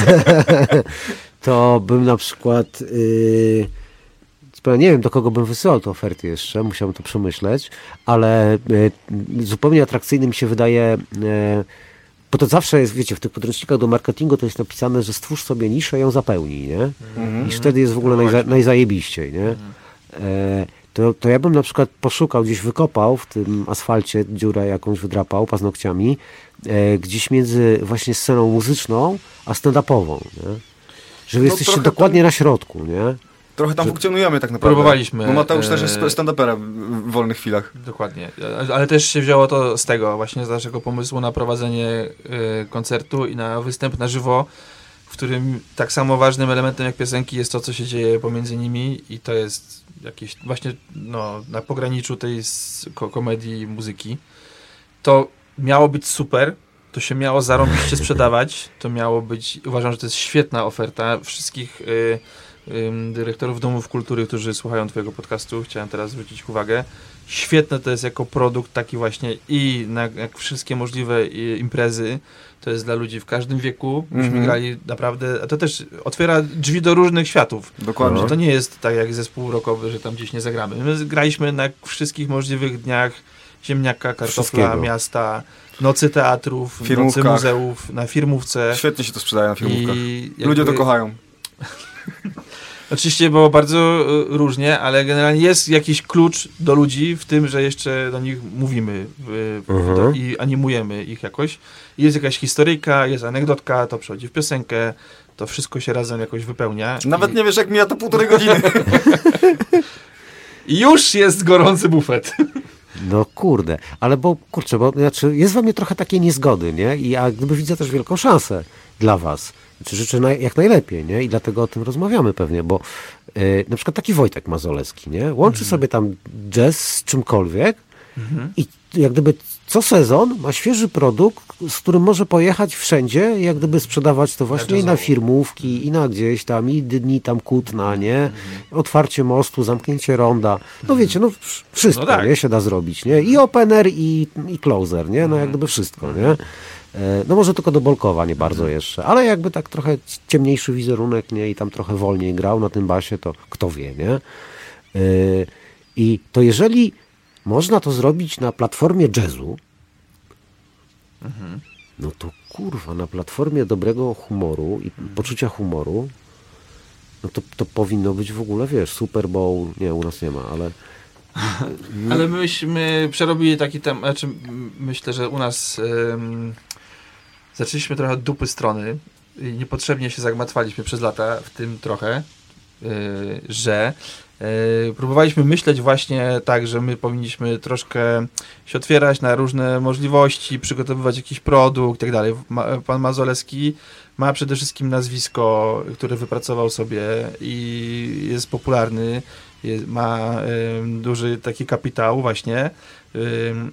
to bym na przykład y, nie wiem, do kogo bym wysyłał te oferty jeszcze, musiałbym to przemyśleć, ale y, zupełnie atrakcyjny mi się wydaje, y, bo to zawsze jest, wiecie, w tych podręcznikach do marketingu to jest napisane, że stwórz sobie niszę i ją zapełnij, nie? Mhm. I wtedy jest w ogóle najza, najzajebiściej, nie? E, to, to ja bym na przykład poszukał, gdzieś wykopał w tym asfalcie dziurę jakąś wydrapał paznokciami, e, gdzieś między właśnie sceną muzyczną a stand-upową, nie? Że wy No jesteście trochę dokładnie na środku, nie? Trochę tam że... funkcjonujemy tak naprawdę. Próbowaliśmy. Bo Mateusz e... też jest stand-uperem w wolnych chwilach. Dokładnie. Ale też się wzięło to z tego, właśnie z naszego pomysłu na prowadzenie y, koncertu i na występ na żywo, w którym tak samo ważnym elementem jak piosenki jest to, co się dzieje pomiędzy nimi i to jest jakieś właśnie no, na pograniczu tej ko- komedii i muzyki. To miało być super, to się miało zarąbiście sprzedawać, to miało być, uważam, że to jest świetna oferta wszystkich y, y, dyrektorów domów kultury, którzy słuchają twojego podcastu, chciałem teraz zwrócić uwagę. Świetne to jest jako produkt taki właśnie i na jak wszystkie możliwe i, imprezy, to jest dla ludzi w każdym wieku. Myśmy mm-hmm. grali naprawdę, a to też otwiera drzwi do różnych światów. Dokładnie. Że to nie jest tak jak zespół rockowy, że tam gdzieś nie zagramy. My graliśmy na wszystkich możliwych dniach ziemniaka, kartofla, miasta, nocy teatrów, nocy muzeów, na firmówce. Świetnie się to sprzedaje na firmówkach. Jakby... Ludzie to kochają. Oczywiście było bardzo różnie, ale generalnie jest jakiś klucz do ludzi w tym, że jeszcze do nich mówimy w, w, do, i animujemy ich jakoś. Jest jakaś historyjka, jest anegdotka, to przechodzi w piosenkę, to wszystko się razem jakoś wypełnia. Nawet i... nie wiesz, jak mija to półtorej godziny. I już jest gorący bufet. No kurde, ale bo kurczę, bo znaczy jest we mnie trochę takiej niezgody, nie? I ja gdyby widzę też wielką szansę dla was. Znaczy życzę na, jak najlepiej, nie? I dlatego o tym rozmawiamy pewnie, bo yy, na przykład taki Wojtek Mazolewski, nie? Łączy mhm. sobie tam jazz z czymkolwiek mhm. i jak gdyby co sezon ma świeży produkt, z którym może pojechać wszędzie i jak gdyby sprzedawać to właśnie ja i na firmówki, i na gdzieś tam, i dni tam Kutna, nie? Mhm. Otwarcie mostu, zamknięcie ronda. No wiecie, no wszystko, no tak. nie? Się da zrobić, nie? I opener, i, i closer, nie? No jak gdyby wszystko, nie? No może tylko do Bolkowa nie bardzo jeszcze, ale jakby tak trochę ciemniejszy wizerunek, nie? I tam trochę wolniej grał na tym basie, to kto wie, nie? Yy, I to jeżeli można to zrobić na platformie jazzu, mhm. no to kurwa, na platformie dobrego humoru i poczucia humoru, no to, to powinno być w ogóle, wiesz, Super Bowl, nie, u nas nie ma, ale... No. Ale myśmy przerobili taki temat, znaczy myślę, że u nas um, zaczęliśmy trochę od dupy strony i niepotrzebnie się zagmatwaliśmy przez lata w tym trochę, yy, że yy, próbowaliśmy myśleć właśnie tak, że my powinniśmy troszkę się otwierać na różne możliwości, przygotowywać jakiś produkt i tak dalej. Pan Mazolewski ma przede wszystkim nazwisko, które wypracował sobie i jest popularny. Jest, ma y, duży taki kapitał właśnie y,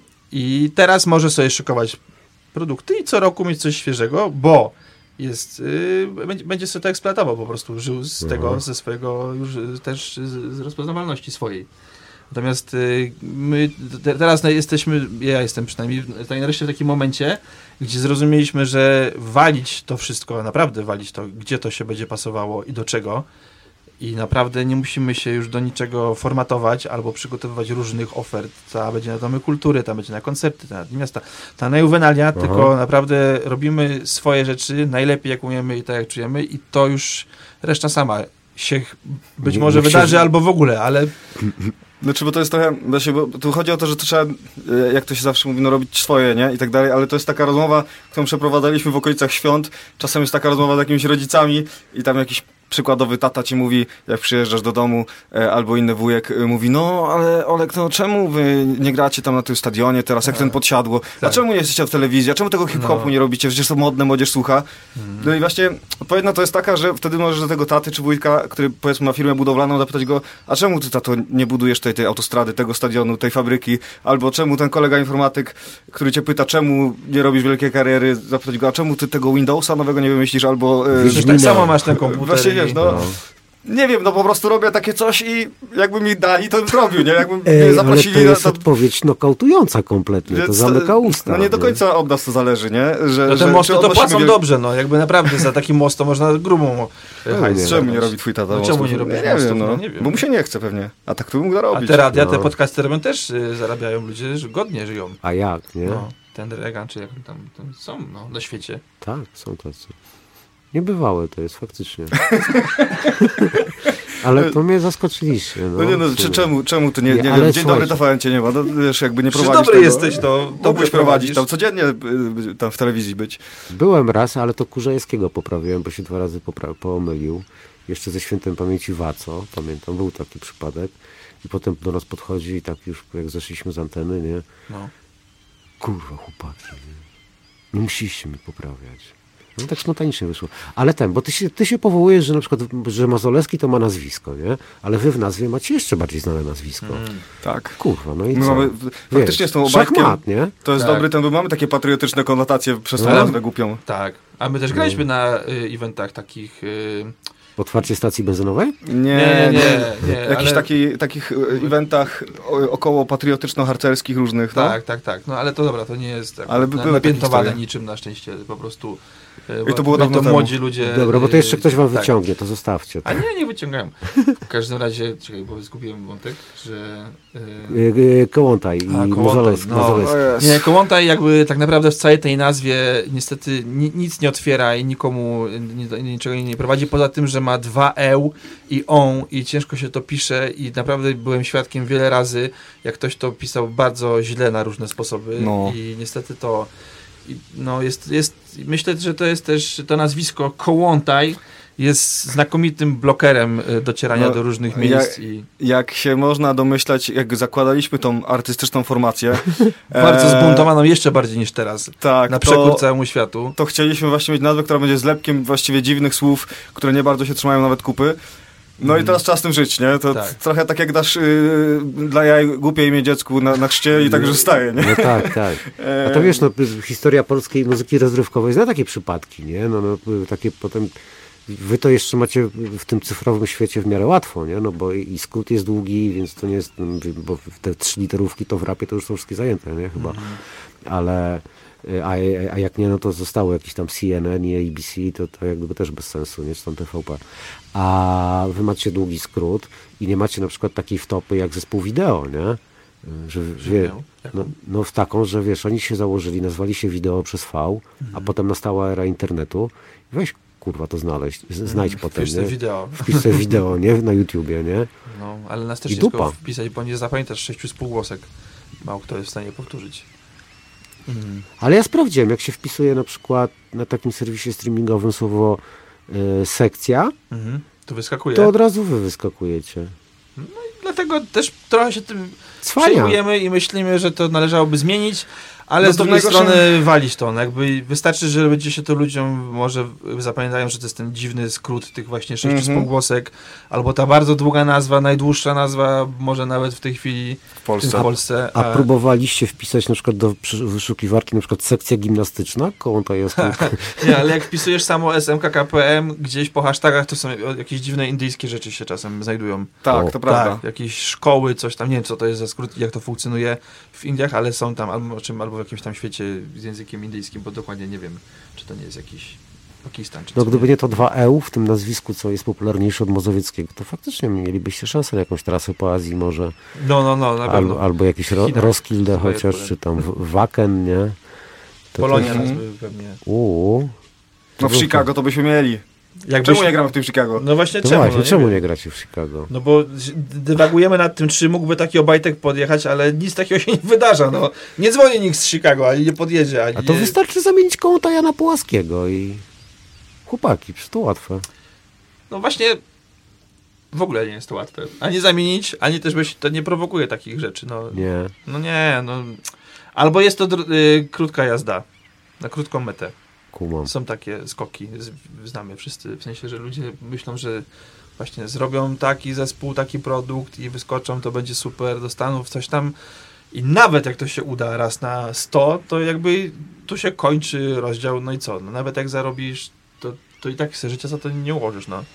i teraz może sobie szykować produkty i co roku mieć coś świeżego, bo jest, y, będzie, będzie sobie to eksploatował po prostu, żył z mhm. tego, ze swojego już też z, z rozpoznawalności swojej. Natomiast y, my te, teraz jesteśmy, ja jestem przynajmniej nareszcie w takim momencie, gdzie zrozumieliśmy, że walić to wszystko, naprawdę walić to, gdzie to się będzie pasowało i do czego. I naprawdę nie musimy się już do niczego formatować albo przygotowywać różnych ofert. Ta będzie na domy kultury, ta będzie na koncerty, ta na dni miasta, ta na juwenalia, Aha. tylko naprawdę robimy swoje rzeczy najlepiej jak umiemy i tak jak czujemy i to już reszta sama się być nie, może wydarzy się... albo w ogóle, ale... Znaczy, bo to jest trochę, właśnie, bo tu chodzi o to, że to trzeba, jak to się zawsze mówi, no robić swoje, nie? I tak dalej, ale to jest taka rozmowa, którą przeprowadzaliśmy w okolicach świąt. Czasem jest taka rozmowa z jakimiś rodzicami i tam jakiś przykładowy tata ci mówi, jak przyjeżdżasz do domu, e, albo inny wujek e, mówi, no ale Olek, no czemu wy nie gracie tam na tym stadionie teraz, jak a, ten podsiadło? Tak. A czemu nie jesteście w telewizji? A czemu tego hip-hopu no. nie robicie? Przecież to modne, młodzież słucha. Hmm. No i właśnie odpowiedź na to jest taka, że wtedy możesz do tego taty czy wujka, który powiedzmy ma firmę budowlaną, zapytać go, a czemu ty, tato, nie budujesz tej, tej autostrady, tego stadionu, tej fabryki? Albo czemu ten kolega informatyk, który cię pyta, czemu nie robisz wielkiej kariery, zapytać go, a czemu ty tego Windowsa nowego nie wymyślisz? Albo... E, Przecież tak samo masz ten komputer. Właśnie wiesz, no... no. Nie wiem, no po prostu robię takie coś i jakby mi dali, to bym zrobił, nie? Jakby Ej, mnie zaprosili... Ale to jest to... odpowiedź nokautująca kompletnie, to zamyka usta. No nie do końca od nas to zależy, nie? Że, no te że, mosty to płacą wie... dobrze, no jakby naprawdę za taki most to można grubą hajs. Czemu nie robi twój tata no, czemu nie robi nie, mostów? wiem, no. no nie wiem. Bo mu się nie chce pewnie, a tak to mógł zarobić. A te radia, no. te podcasty robią też y, zarabiają ludzie, że godnie żyją. A jak, nie? No, ten Regan, czy jak tam, tam są no, na świecie. Tak, są tacy. Niebywałe to jest faktycznie. Ale to mnie zaskoczyliście. No, no nie no, czy, czemu, czemu ty nie, nie, nie wiem, dzień dobry T V N cię nie ma, no wiesz, jakby nie prowadzisz dobry tego, jesteś, to mógłbyś prowadzić tam, codziennie tam w telewizji być. Byłem raz, ale to Kurzajewskiego poprawiłem, bo się dwa razy popra- pomylił. jeszcze ze świętym pamięci Waco, pamiętam, był taki przypadek. I potem do nas podchodzi i tak już jak zeszliśmy z anteny, nie? No. Kurwa, chłopaki, nie? Nie musieliście mi poprawiać. No tak spontanicznie wyszło. Ale ten, bo ty się, ty się powołujesz, że na przykład, że Mazolewski to ma nazwisko, nie? Ale wy w nazwie macie jeszcze bardziej znane nazwisko. Mm. Tak. Kurwa, no i My co? mamy, faktycznie z tą Obajtkiem, szachmat, nie? to jest Tak. dobry ten, bo mamy takie patriotyczne konotacje przez tą No. nazwę głupią. Tak. A my też graliśmy na y, eventach takich... Y, Otwarcie stacji benzynowej? Nie, nie, nie. nie Jakichś ale... taki, takich e, eventach o- około patriotyczno-harcerskich różnych, no. Tak, tak, tak. No ale to dobra, to nie jest tak Ale by na, były napiętowane takie historie. niczym na szczęście. Po prostu... I to było to dawno młodzi temu. ludzie... Dobra, bo to jeszcze ktoś wam tak. wyciągnie, to zostawcie. A Tak. nie, nie wyciągają. W każdym razie, czekaj, bo zgubiłem wątek, że... y, Y, y, Kołątaj i A, Kołątaj, Mazolewski. no. Mazolewski. O jest. Nie, Kołątaj jakby tak naprawdę w całej tej nazwie niestety ni nic nie otwiera i nikomu ni niczego nie prowadzi, poza tym, że ma dwa eł i on i ciężko się to pisze i naprawdę byłem świadkiem wiele razy, jak ktoś to pisał bardzo źle na różne sposoby No. i niestety to i, no jest, jest, myślę, że to jest też to nazwisko Kołątaj jest znakomitym blokerem y, docierania No, do różnych ja- miejsc i Jak się można domyślać, jak zakładaliśmy tą artystyczną formację, bardzo e, zbuntowaną jeszcze bardziej niż teraz. tak, Na to, przekór całemu światu. to chcieliśmy właśnie mieć nazwę, która będzie zlepkiem właściwie dziwnych słów, które nie bardzo się trzymają nawet kupy. No i teraz trzeba z tym żyć, nie? To Tak. trochę tak jak dasz y, dla jaj głupie imię dziecku na, na chrzcie i tak już zostaje, nie? No tak, tak. A to wiesz, no, historia polskiej muzyki rozrywkowej zna takie przypadki, nie? No, no, takie potem... Wy to jeszcze macie w tym cyfrowym świecie w miarę łatwo, nie? No bo i skrót jest długi, więc to nie jest... Bo te trzy literówki to w rapie to już są wszystkie zajęte, nie? Chyba. Ale... A, a jak nie, no to zostało jakieś tam C N N i A B C, to, to jakby też bez sensu, nie? Czy tam T V P. A wy macie długi skrót i nie macie na przykład takiej wtopy jak zespół wideo, nie? Że, że wie, no, no w taką, że wiesz, oni się założyli, nazwali się wideo przez V, Mhm. a potem nastała era internetu. Weź kurwa to znaleźć, z- znajdź potem, Wpisz sobie nie? wideo. Wpisz sobie wideo, nie? Na YouTubie, nie? No, ale nas też I ciężko dupa. wpisać, bo nie zapamiętasz sześciu spółgłosek. Mało kto jest w stanie powtórzyć. Mm. Ale ja sprawdziłem, jak się wpisuje na przykład na takim serwisie streamingowym słowo y, sekcja, Mhm. To wyskakuje. to od razu wy wyskakujecie. Dlatego też trochę się tym Cwania. przejmujemy i myślimy, że to należałoby zmienić, ale No z to drugiej najgorsze- strony walić to. No jakby wystarczy, że będzie się to ludziom może zapamiętają, że to jest ten dziwny skrót tych właśnie sześciu Mhm. spółgłosek, albo ta bardzo długa nazwa, najdłuższa nazwa, może nawet w tej chwili W Polsce. w Polsce. A próbowaliście wpisać na przykład do przy- wyszukiwarki na przykład sekcja gimnastyczna? Koło to jest. Nie, ale jak wpisujesz samo S M K K P M gdzieś po hashtagach, to są jakieś dziwne indyjskie rzeczy się czasem znajdują. Tak, O, to prawda. Tak, jakieś szkoły, coś tam, nie wiem co to jest za skrót i jak to funkcjonuje w Indiach, ale są tam albo, czym, albo w jakimś tam świecie z językiem indyjskim, bo dokładnie nie wiem, czy to nie jest jakiś Pakistan. Czy No co, gdyby nie to dwa E w tym nazwisku, co jest popularniejsze od Mazowieckiego, to faktycznie mielibyście szansę na jakąś trasę po Azji może. No, no, no, na pewno. Albo, albo jakiś ro, Chinach. Roskilde Swoje chociaż, powiem. czy tam w- Waken, nie? To Polonia to- nas by pewnie... Uuu. No w Chicago to byśmy mieli. Jakbyś... Czemu nie gramy w tym Chicago? No właśnie To czemu? właśnie, no, czemu wiem. nie gracie w Chicago? No bo z- dywagujemy nad tym, czy mógłby taki Obajtek podjechać, ale nic takiego się nie wydarza, no. Nie dzwoni nikt z Chicago, ani nie podjedzie, ani A to nie... wystarczy zamienić koło Jana Pułaskiego i chłopaki, przecież to łatwe. No właśnie, w ogóle nie jest to łatwe. Ani zamienić, ani też byś, to nie prowokuje takich rzeczy, no. Nie. No nie, no. Albo jest to dr- y, krótka jazda, na krótką metę. Kumam. Są takie skoki, z, znamy wszyscy, w sensie, że ludzie myślą, że właśnie zrobią taki zespół, taki produkt i wyskoczą, to będzie super, dostaną w coś tam i nawet jak to się uda raz na sto, to jakby tu się kończy rozdział, no i co, no nawet jak zarobisz, to, to i tak sobie życia za to nie ułożysz, no.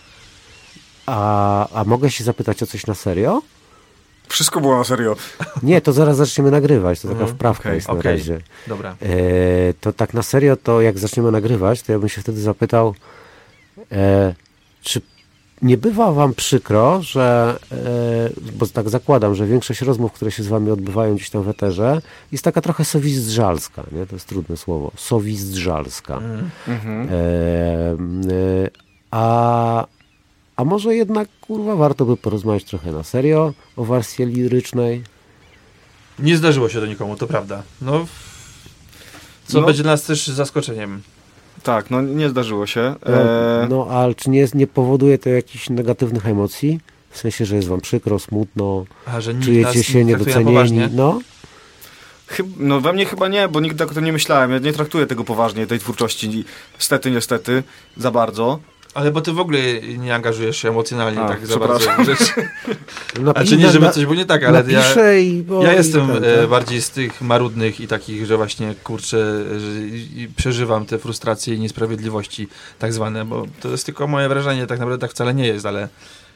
A, a mogę się zapytać o coś na serio? Wszystko było na serio. Nie, to zaraz zaczniemy nagrywać, to taka Mhm, wprawka okej, jest na okej. razie. Dobra. E, to tak na serio, to jak zaczniemy nagrywać, to ja bym się wtedy zapytał, e, czy nie bywa wam przykro, że, e, bo tak zakładam, że większość rozmów, które się z wami odbywają gdzieś tam w eterze, jest taka trochę sowizdrzalska, nie? To jest trudne słowo. Sowizdrzalska. Mm. Mhm. E, e, a, a może jednak, kurwa, warto by porozmawiać trochę na serio o warstwie lirycznej? Nie zdarzyło się to nikomu, to prawda. No, co No. będzie dla nas też zaskoczeniem. Tak, no nie zdarzyło się. No, E... no ale czy nie, nie powoduje to jakichś negatywnych emocji? W sensie, że jest wam przykro, smutno, A, że nikt czujecie nas się nie traktuje na niedocenieni? poważnie? No, Chyb, no we mnie chyba nie, bo nigdy tak o tym nie myślałem. Ja nie traktuję tego poważnie, tej twórczości. Niestety, niestety, za bardzo. Ale bo ty w ogóle nie angażujesz się emocjonalnie A, tak tak za bardzo w rzeczy. napi- Znaczy nie, żeby coś było nie tak, ale ja, napiszę i... Bo ja i jestem ten, e, tak. bardziej z tych marudnych i takich, że właśnie kurczę, że i, i przeżywam te frustracje i niesprawiedliwości tak zwane, bo to jest tylko moje wrażenie, tak naprawdę tak wcale nie jest, ale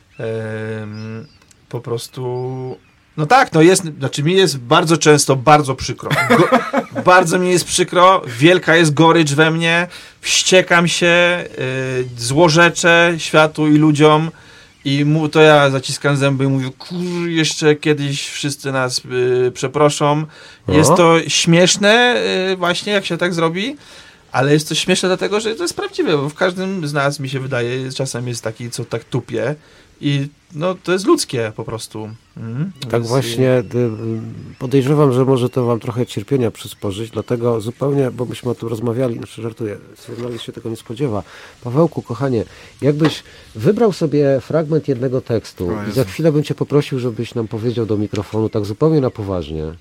em, po prostu... No tak, no jest, znaczy mi jest bardzo często bardzo przykro. Go, bardzo mi jest przykro, wielka jest gorycz we mnie, wściekam się, y, złorzeczę światu i ludziom i mu, to ja zaciskam zęby i mówię, kur, jeszcze kiedyś wszyscy nas y, przeproszą. Jest No. to śmieszne y, właśnie, jak się tak zrobi, ale jest to śmieszne dlatego, że to jest prawdziwe, bo w każdym z nas, mi się wydaje, czasem jest taki, co tak tupie. I no to jest ludzkie po prostu. Mhm. Tak Więc- właśnie, y, podejrzewam, że może to wam trochę cierpienia przysporzyć, dlatego zupełnie, bo myśmy o tym rozmawiali, znaczy żartuję, Sygnalist się tego nie spodziewa. Pawełku, kochanie, jakbyś wybrał sobie fragment jednego tekstu O i Jezu. za chwilę bym cię poprosił, żebyś nam powiedział do mikrofonu tak zupełnie na poważnie, y,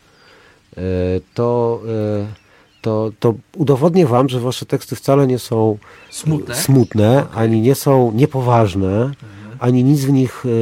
to, y, to, to udowodnię wam, że wasze teksty wcale nie są Smutne. smutne, ani nie są niepoważne, ani nic w nich, e,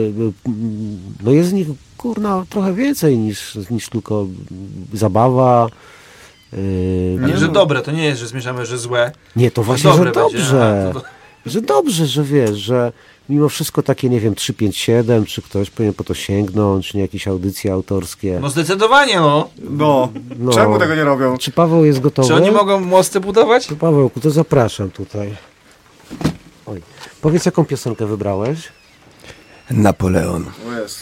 no jest w nich, kurna, trochę więcej niż, niż tylko zabawa. e, Ale Nie że no. dobre, to nie jest, że zmierzamy, że złe. Nie, to właśnie, dobre że będzie. dobrze, Aha, to- że dobrze, że wiesz, że mimo wszystko takie, nie wiem, trzy pięć siedem, czy ktoś powinien po to sięgnąć, czy nie jakieś audycje autorskie. No zdecydowanie, no. No, No. czemu tego nie robią? Czy Paweł jest gotowy? Czy oni mogą mosty budować? To Pawełku, to zapraszam tutaj. Oj. Powiedz, jaką piosenkę wybrałeś? Napoleon. O jest.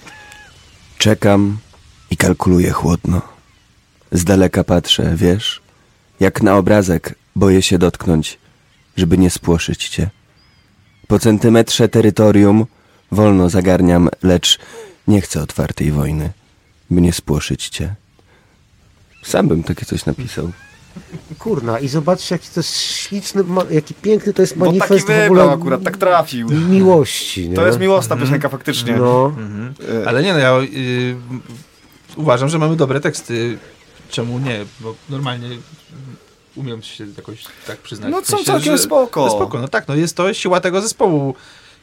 Czekam i kalkuluję chłodno. Z daleka patrzę, wiesz? Jak na obrazek boję się dotknąć, żeby nie spłoszyć cię. Po centymetrze terytorium wolno zagarniam, lecz nie chcę otwartej wojny, by nie spłoszyć cię. Sam bym takie coś napisał. Kurna, i zobaczcie, jaki to jest śliczny, ma- jaki piękny to jest Bo taki manifest w wybrał ogóle akurat, tak trafił. miłości. Nie? To jest miłosna piosenka faktycznie. No, Mhm. E, Ale nie, no ja y, uważam, że mamy dobre teksty. Czemu nie? Bo normalnie umiem się jakoś tak przyznać. No W są sensie, całkiem że- spoko. No spoko, no tak, no jest to siła tego zespołu.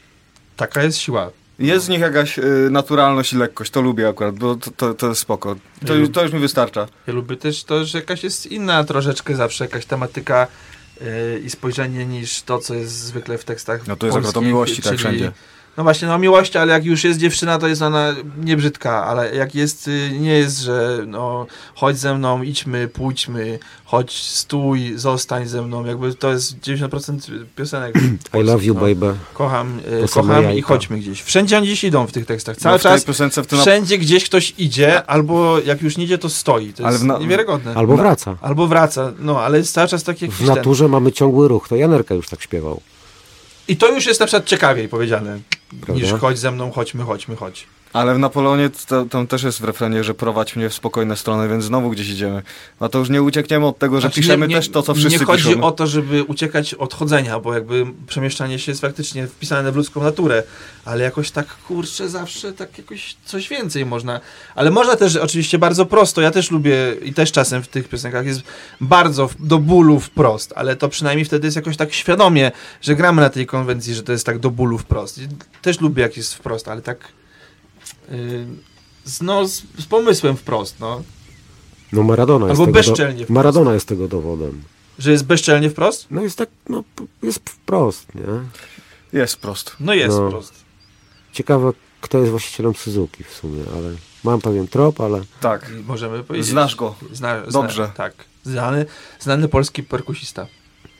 Taka jest siła. Jest w nich jakaś y, naturalność i lekkość, to lubię akurat, bo to, to, to jest spoko. To, Mhm. to już mi wystarcza. Ja lubię też to, że jakaś jest inna troszeczkę zawsze, jakaś tematyka yy, i spojrzenie niż to, co jest zwykle w tekstach No to jest akurat o polskich, miłości, tak, czyli- wszędzie. No właśnie, no o miłości, ale jak już jest dziewczyna, to jest ona nie brzydka, ale jak jest, y, nie jest, że no chodź ze mną, idźmy, pójdźmy, chodź, stój, zostań ze mną, jakby to jest dziewięćdziesiąt procent piosenek. I love you, no. baby. Kocham, y, To same kocham i jajka. chodźmy gdzieś. Wszędzie oni gdzieś idą w tych tekstach, cały No w tej czas, piosence w tym wszędzie gdzieś ktoś idzie, albo jak już nie idzie, to stoi. To Ale jest w na- niewiarygodne. Albo No. wraca. Albo wraca, no, ale jest cały czas taki jakiś W ten. naturze mamy ciągły ruch. To Janerka już tak śpiewał. I to już jest na przykład ciekawiej powiedziane, Prawda? niż chodź ze mną, chodźmy, chodźmy, chodź. Ale w Napoleonie to, tam też jest w refrenie, że prowadź mnie w spokojne strony, więc znowu gdzieś idziemy. A to już nie uciekniemy od tego, że Znaczy, piszemy nie- też to, co wszyscy Nie chodzi piszą. o to, żeby uciekać od chodzenia, bo jakby przemieszczanie się jest faktycznie wpisane w ludzką naturę, ale jakoś tak, kurczę, zawsze tak jakoś coś więcej można. Ale można też oczywiście bardzo prosto, ja też lubię i też czasem w tych piosenkach jest bardzo w- do bólu wprost, ale to przynajmniej wtedy jest jakoś tak świadomie, że gramy na tej konwencji, że to jest tak do bólu wprost. I też lubię, jak jest wprost, ale tak yy, z, no, z, z pomysłem wprost, no. No Maradona jest Albo tego bezczelnie do... wprost. Maradona jest tego dowodem. Że jest bezczelnie wprost? No jest tak, no p- jest wprost, nie? Jest prosto. No jest No. wprost. Ciekawe, kto jest właścicielem Suzuki w sumie, ale mam pewien trop, ale Tak. I możemy powiedzieć. Znasz go. Zna, Dobrze. Zna, tak. Znany, znany polski perkusista.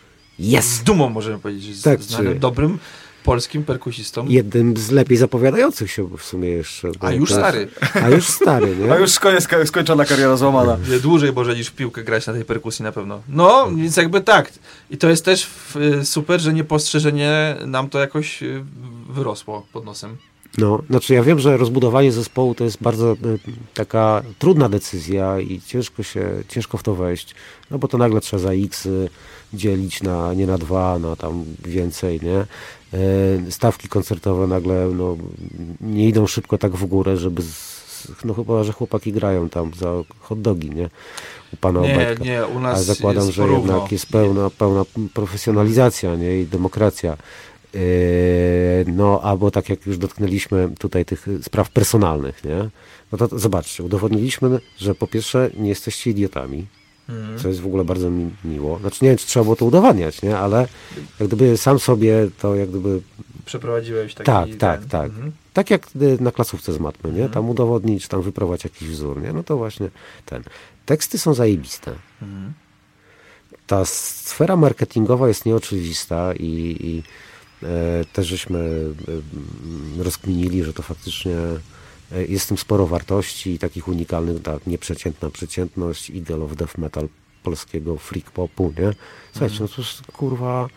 Z jest dumą możemy powiedzieć, że jest Tak, znanym, czy- dobrym polskim perkusistą. jednym z lepiej zapowiadających się w sumie jeszcze. bo A już to jest- stary. A już stary, nie? A już sko- skończona kariera złamana. Wie dłużej może niż w piłkę grać na tej perkusji na pewno. No, więc jakby tak. I to jest też y, super, że niepostrzeżenie nam to jakoś y, wyrosło pod nosem. No, znaczy ja wiem, że rozbudowanie zespołu to jest bardzo y, taka trudna decyzja i ciężko się, ciężko w to wejść, no bo to nagle trzeba za x dzielić na, nie na dwa, na tam więcej, nie? Y, stawki koncertowe nagle, no, nie idą szybko tak w górę, żeby z, no chyba, że chłopaki grają tam za hot dogi, nie? U pana Nie, Obajtka. nie, u nas Ale zakładam, jest że porówno. jednak jest pełna, pełna profesjonalizacja, nie? I demokracja. Yy, no, albo tak jak już dotknęliśmy tutaj tych spraw personalnych, nie? No to, to zobaczcie, udowodniliśmy, że po pierwsze nie jesteście idiotami, Mhm. co jest w ogóle bardzo mi miło. Znaczy nie wiem, czy trzeba było to udowadniać, nie? Ale jak gdyby sam sobie to jak gdyby... Przeprowadziłeś taki... Tak, ten, tak, tak. Mhm. Tak jak y, na klasówce z matmy, nie? Mhm. Tam udowodnić, tam wyprowadź jakiś wzór, nie? No to właśnie ten. Teksty są zajebiste. Mhm. Ta sfera marketingowa jest nieoczywista i, i e, też żeśmy e, rozkminili, że to faktycznie e, jest w tym sporo wartości i takich unikalnych, tak, nieprzeciętna przeciętność, ideal of death metal polskiego freak popu, nie? Słuchajcie, no to jest kurwa...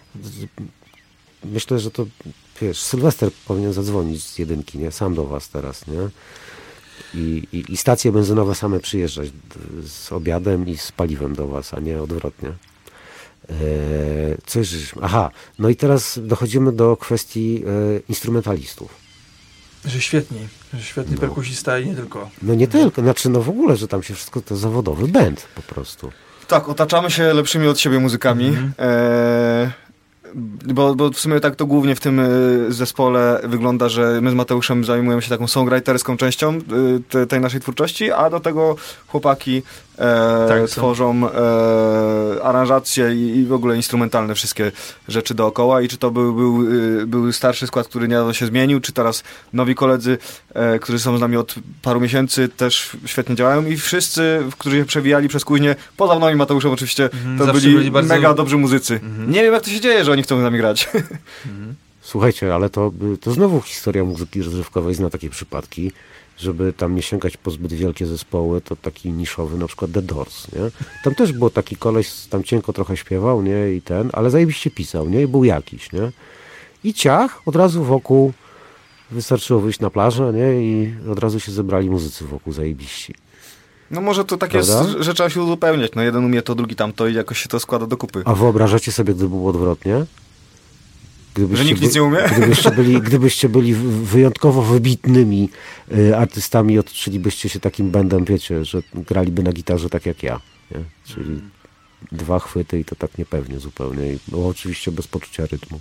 Myślę, że to, wiesz, Sylwester powinien zadzwonić z jedynki, nie? Sam do was teraz, nie? I, i, i stacje benzynowe same przyjeżdżać d- z obiadem i z paliwem do was, a nie odwrotnie. Eee, coś żeśmy... Aha, no i teraz dochodzimy do kwestii e, instrumentalistów. Że świetni, że świetny No. perkusista i nie tylko. No nie tylko, znaczy no w ogóle, że tam się wszystko, to zawodowy band po prostu. Tak, otaczamy się lepszymi od siebie muzykami. Mhm. E, bo, bo w sumie tak to głównie w tym y, zespole wygląda, że my z Mateuszem zajmujemy się taką songwriterską częścią y, te, tej naszej twórczości, a do tego chłopaki e, Tak, są. tworzą e, aranżacje i, i w ogóle instrumentalne wszystkie rzeczy dookoła. I czy to był, był, y, był starszy skład, który niedawno się zmienił, czy teraz nowi koledzy, e, którzy są z nami od paru miesięcy, też świetnie działają i wszyscy, którzy się przewijali przez kuźnię, poza mną i Mateuszem oczywiście, Mhm, to zawsze byli, byli bardzo- mega dobrzy muzycy. Mhm. Nie wiem, jak to się dzieje, że oni chcą z nami grać. Mhm. Słuchajcie, ale to, to znowu historia muzyki rozrywkowej zna takie przypadki, żeby tam nie sięgać po zbyt wielkie zespoły, to taki niszowy, na przykład The Doors, nie? Tam też był taki koleś, tam cienko trochę śpiewał, nie? I ten, ale zajebiście pisał, nie? I był jakiś, nie? I ciach, od razu wokół wystarczyło wyjść na plażę, nie? I od razu się zebrali muzycy wokół zajebiści. No może to tak Prawda? jest, że trzeba się uzupełniać. No jeden umie to, drugi tamto i jakoś się to składa do kupy. A wyobrażacie sobie, gdyby było odwrotnie? Gdybyście Że nikt nic by- nie umie? Gdybyście byli, gdybyście byli wy- wyjątkowo wybitnymi y, artystami, otoczylibyście się takim bandem, wiecie, że graliby na gitarze tak jak ja. Nie? Czyli dwa chwyty i to tak niepewnie zupełnie. I było oczywiście bez poczucia rytmu.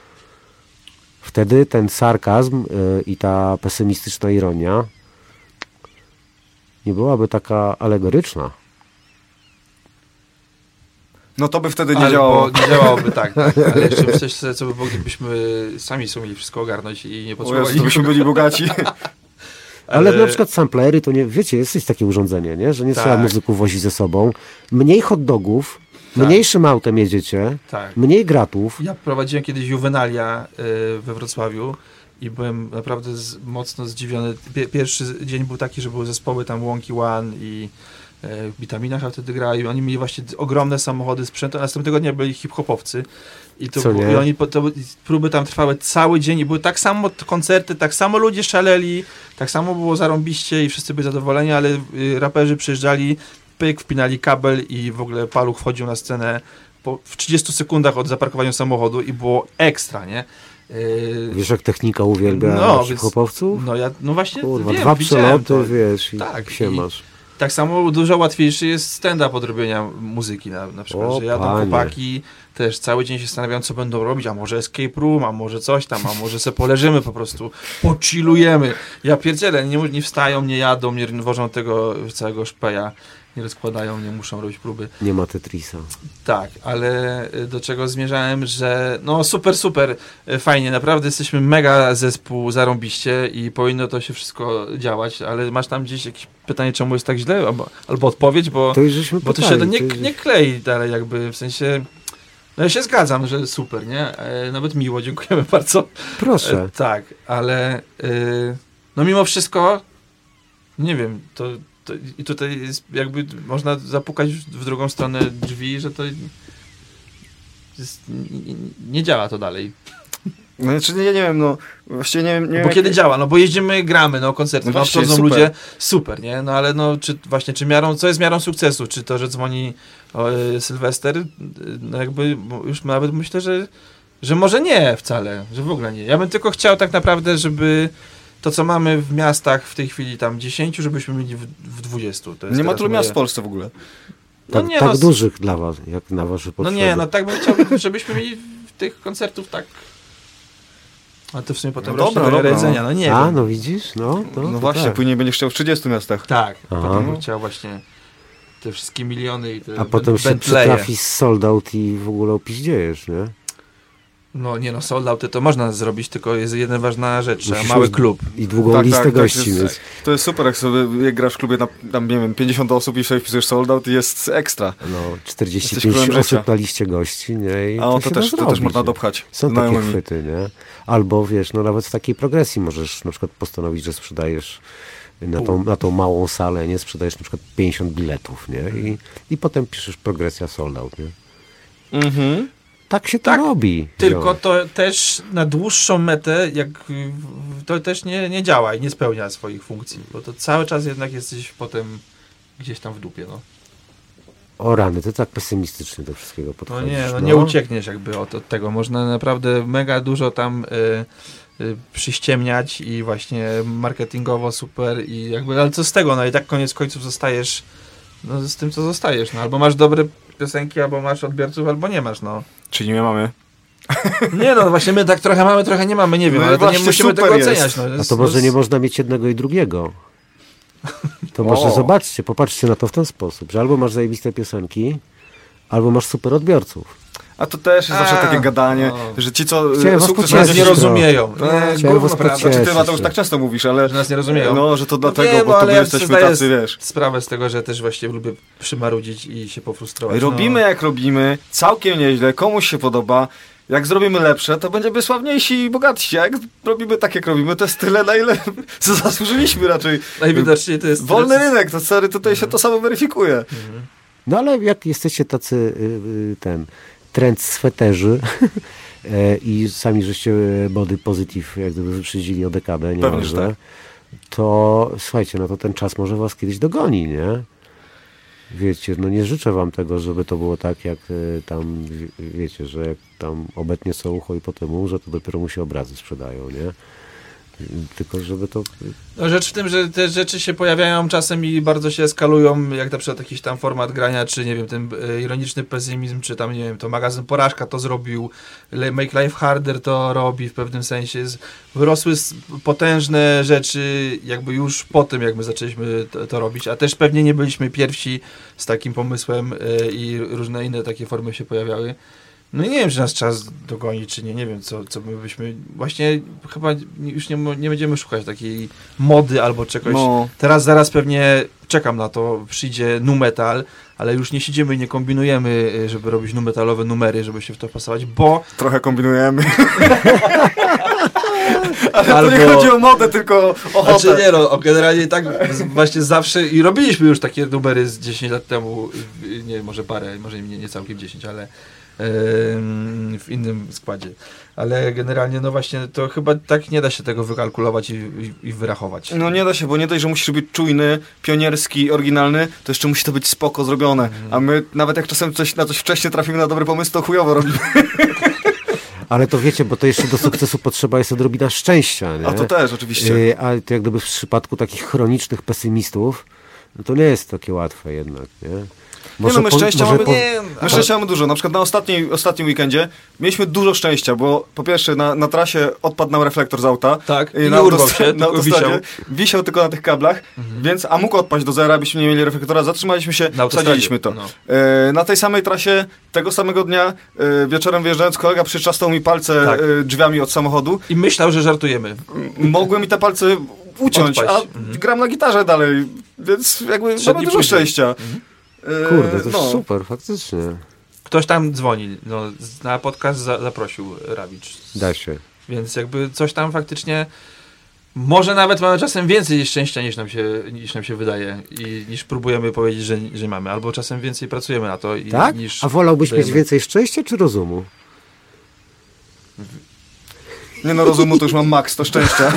Wtedy ten sarkazm y, i ta pesymistyczna ironia nie byłaby taka alegoryczna. No to by wtedy nie Albo działało. nie działałoby tak, tak. Ale jeszcze myśleć sobie, co by było, gdybyśmy sami sobie mieli wszystko ogarnąć i nie O Jezu, potrzebowali to byśmy byli bogaci. Ale na przykład samplery, to nie, wiecie, jest coś takie urządzenie, nie? Że nie Tak. trzeba muzyków wozić ze sobą. Mniej hot dogów, Tak. mniejszym autem jedziecie, Tak. mniej gratów. Ja prowadziłem kiedyś Juvenalia y, we Wrocławiu i byłem naprawdę z, mocno zdziwiony. Pie, pierwszy dzień był taki, że były zespoły tam Łąki One i y, Vitamina chyba wtedy grali. Oni mieli właśnie ogromne samochody sprzętu, a następnego dnia byli hip-hopowcy. I, to, Co było- nie? i oni po, to, i próby tam trwały cały dzień i były tak samo t- koncerty, tak samo ludzie szaleli, tak samo było zarąbiście i wszyscy byli zadowoleni, ale y, raperzy przyjeżdżali, pyk, wpinali kabel i w ogóle Paluch wchodził na scenę po, w trzydziestu sekundach od zaparkowania samochodu i było ekstra, nie? Yy, Wiesz, jak technika uwielbia No, no, więc- hip-hopowców? no ja, no właśnie Kurwa, wiem, dwa widziałem przeloty, to. wiesz, i Tak, się i- masz. Tak samo dużo łatwiejszy jest stand-up od robienia muzyki na, na przykład, O, że jadą panie. chłopaki, też cały dzień się zastanawiają, co będą robić, a może escape room, a może coś tam, a może se poleżymy po prostu, pochillujemy. Ja pierdzielę, nie, nie wstają, nie jadą, nie wożą tego całego szpeja, nie rozkładają, nie muszą robić próby. Nie ma Tetrisa. Tak, ale y, do czego zmierzałem, że no super, super, y, fajnie, naprawdę jesteśmy mega zespół, zarąbiście i powinno to się wszystko działać, ale masz tam gdzieś jakieś pytanie, czemu jest tak źle, albo, albo odpowiedź, bo, To już żeśmy bo to pytali, się to nie, to już- nie klei dalej jakby, w sensie, no ja się zgadzam, że super, nie? E, nawet miło, dziękujemy bardzo. Proszę. E, tak, ale y, no mimo wszystko, nie wiem, to, to i tutaj jest jakby można zapukać w drugą stronę drzwi, że to jest, nie, nie działa to dalej. No znaczy, nie, nie wiem, no właściwie nie wiem... Nie bo wiem, kiedy jak... działa, no bo jeździmy, gramy, no koncerty, no no właśnie, przychodzą super. ludzie, super, nie? No ale no, czy właśnie, czy miarą, co jest miarą sukcesu? Czy to, że dzwoni o, y, Sylwester? Y, no jakby, już nawet myślę, że, że może nie wcale, że w ogóle nie. Ja bym tylko chciał tak naprawdę, żeby to, co mamy w miastach w tej chwili tam dziesięciu, żebyśmy mieli w, w dwudziestu. To jest nie ma tylu moje... miast w Polsce w ogóle. No tak nie, tak no, dużych dla was, jak na wasze no potrzeby. nie, no tak bym chciał, żebyśmy mieli tych koncertów tak... A to w sumie potem No rośnie dobra, do dobra, jedzenia, no nie A, wiem. no widzisz, no. To, No to właśnie, tak. później będziesz chciał w trzydziestu miastach. Tak, Aha. potem bym chciał właśnie te wszystkie miliony i te A potem się Bentleje. przytrafi z sold out i w ogóle opiździejesz, nie? No nie no, sold outy to można zrobić, tylko jest jedna ważna rzecz, trzeba Musisz mały mieć klub. I długą Tak, listę tak, tak, gości. jest- więc, To jest super, jak sobie jak grasz w klubie na, tam, nie wiem, pięćdziesiąt osób i sobie wpisujesz sold out i jest ekstra. no, czterdzieści Jesteś pięć królem osób życia. na liście gości, nie? I A o, się to da też, to też zrobić, można nie? dopchać. Są takie znajomymi. chwyty, nie? Albo wiesz, no nawet w takiej progresji możesz na przykład postanowić, że sprzedajesz na tą, na tą małą salę, nie? Sprzedajesz na przykład pięćdziesiąt biletów, nie? I, i potem piszesz progresja sold out, nie? Mhm. Tak się to Tak, robi. Tylko ziomek. to też na dłuższą metę, jak y, to też nie, nie działa i nie spełnia swoich funkcji, bo to cały czas jednak jesteś potem gdzieś tam w dupie, no. O rany, ty tak pesymistycznie do wszystkiego No podchodzisz. nie, no nie uciekniesz jakby od, od tego. Można naprawdę mega dużo tam y, y, przyściemniać i właśnie marketingowo super i jakby, ale co z tego, no i tak koniec końców zostajesz no, z tym, co zostajesz, no albo masz dobre piosenki, albo masz odbiorców, albo nie masz, no. Czyli nie mamy. Nie no, właśnie my tak trochę mamy, trochę nie mamy, nie wiem, No i ale to nie właśnie musimy super tego jest. oceniać. No. A Jest- to może jest- nie można mieć jednego i drugiego. To może O. zobaczcie, popatrzcie na to w ten sposób, że albo masz zajebiste piosenki, albo masz super odbiorców. A to też jest zawsze A, takie gadanie, no. że ci co Chciałem was sukces pocieszyć Nas nie trochę. rozumieją. No, Nie, chciałem gówno was prawda. pocieszyć. Znaczy ty Mateusz się. tak często mówisz, ale Że nas nie rozumieją. no, że to dlatego, wiem, bo to my ale ja jesteśmy sobie zdaję tacy, wiesz. sprawę z tego, że też właśnie lubię przymarudzić i się pofrustrować. Robimy no. jak robimy, całkiem nieźle, komuś się podoba. Jak zrobimy lepsze, to będziemy sławniejsi i bogatsi. A jak robimy tak, jak robimy, to jest tyle, na ile co zasłużyliśmy raczej. Najwidoczniej to jest... Wolny rynek, to stary, tutaj się to samo weryfikuje. No ale jak jesteście tacy y, y, ten trend sweterzy e, i sami żeście body positive jak gdyby wyprzedzili o dekadę, Pewnie, że nieważne, tak. to słuchajcie, no to ten czas może was kiedyś dogoni, nie? Wiecie, no nie życzę wam tego, żeby to było tak, jak y, tam, wie- wiecie, że jak tam obetnie są ucho i potem umrze, to dopiero mu się obrazy sprzedają, nie? Tylko żeby to... No, rzecz w tym, że te rzeczy się pojawiają czasem i bardzo się eskalują, jak na przykład jakiś tam format grania, czy nie wiem, ten e, ironiczny pesymizm, czy tam, nie wiem, to magazyn Porażka to zrobił, Le- Make Life Harder to robi w pewnym sensie. Z- Wyrosły s- potężne rzeczy jakby już po tym, jak my zaczęliśmy to, to robić, a też pewnie nie byliśmy pierwsi z takim pomysłem e, i różne inne takie formy się pojawiały. No i nie wiem, czy nas czas dogoni, czy nie. Nie wiem, co, co my byśmy... Właśnie chyba już nie, mo- nie będziemy szukać takiej mody albo czegoś. No, Teraz zaraz pewnie czekam na to, przyjdzie nu metal, ale już nie siedzimy i nie kombinujemy, y, żeby robić nu metalowe numery, żeby się w to pasować, bo... trochę kombinujemy. Ale Albo- to nie chodzi o modę, tylko o ochotę. Znaczy nie no, generalnie tak z- właśnie zawsze i robiliśmy już takie numery z dziesięć lat temu, y, nie może parę, może nie, nie całkiem dziesięć, ale ym, w innym składzie. Ale generalnie no właśnie to chyba tak nie da się tego wykalkulować i, i, i wyrachować. No nie da się, bo nie dość, że musisz być czujny, pionierski, oryginalny, to jeszcze musi to być spoko zrobione. A my nawet jak czasem coś, na coś wcześniej trafimy na dobry pomysł, to chujowo robimy. Ale to wiecie, bo to jeszcze do sukcesu potrzeba jest odrobina szczęścia, nie? A to też oczywiście. Y, ale to jak gdyby w przypadku takich chronicznych pesymistów, no to nie jest takie łatwe jednak, nie? Nie no, my po- szczęścia może mamy, po- Nie, my szczęścia mamy dużo. Na przykład na ostatniej, ostatnim weekendzie mieliśmy dużo szczęścia, bo po pierwsze na, na trasie odpadł nam reflektor z auta. Tak, I i na nie urwał autostrad- się, na tylko autostradzie. wisiał. Wisiał tylko na tych kablach, więc a mógł odpaść do zera, byśmy nie mieli reflektora, zatrzymaliśmy się, Na autostradzie, wsadziliśmy to. no. E, na tej samej trasie, tego samego dnia, e, wieczorem wyjeżdżając, kolega przyczastał mi palce Tak. e, drzwiami od samochodu. I myślał, że żartujemy. M- Mogłem mi te palce uciąć, Odpaść. a Mhm. gram na gitarze dalej, więc jakby Trzy mamy dni dużo później. szczęścia. E, Kurde, to no. super, faktycznie. Ktoś tam dzwoni, no, z- na podcast za, zaprosił Rawicz. Da się. Więc jakby coś tam faktycznie, może nawet mamy czasem więcej szczęścia niż nam się, niż nam się wydaje i niż próbujemy powiedzieć, że, że mamy, albo czasem więcej pracujemy na to i, Tak? niż... A wolałbyś mieć dajemy. więcej szczęścia czy rozumu? Nie no, rozumu to już mam maks, to szczęścia.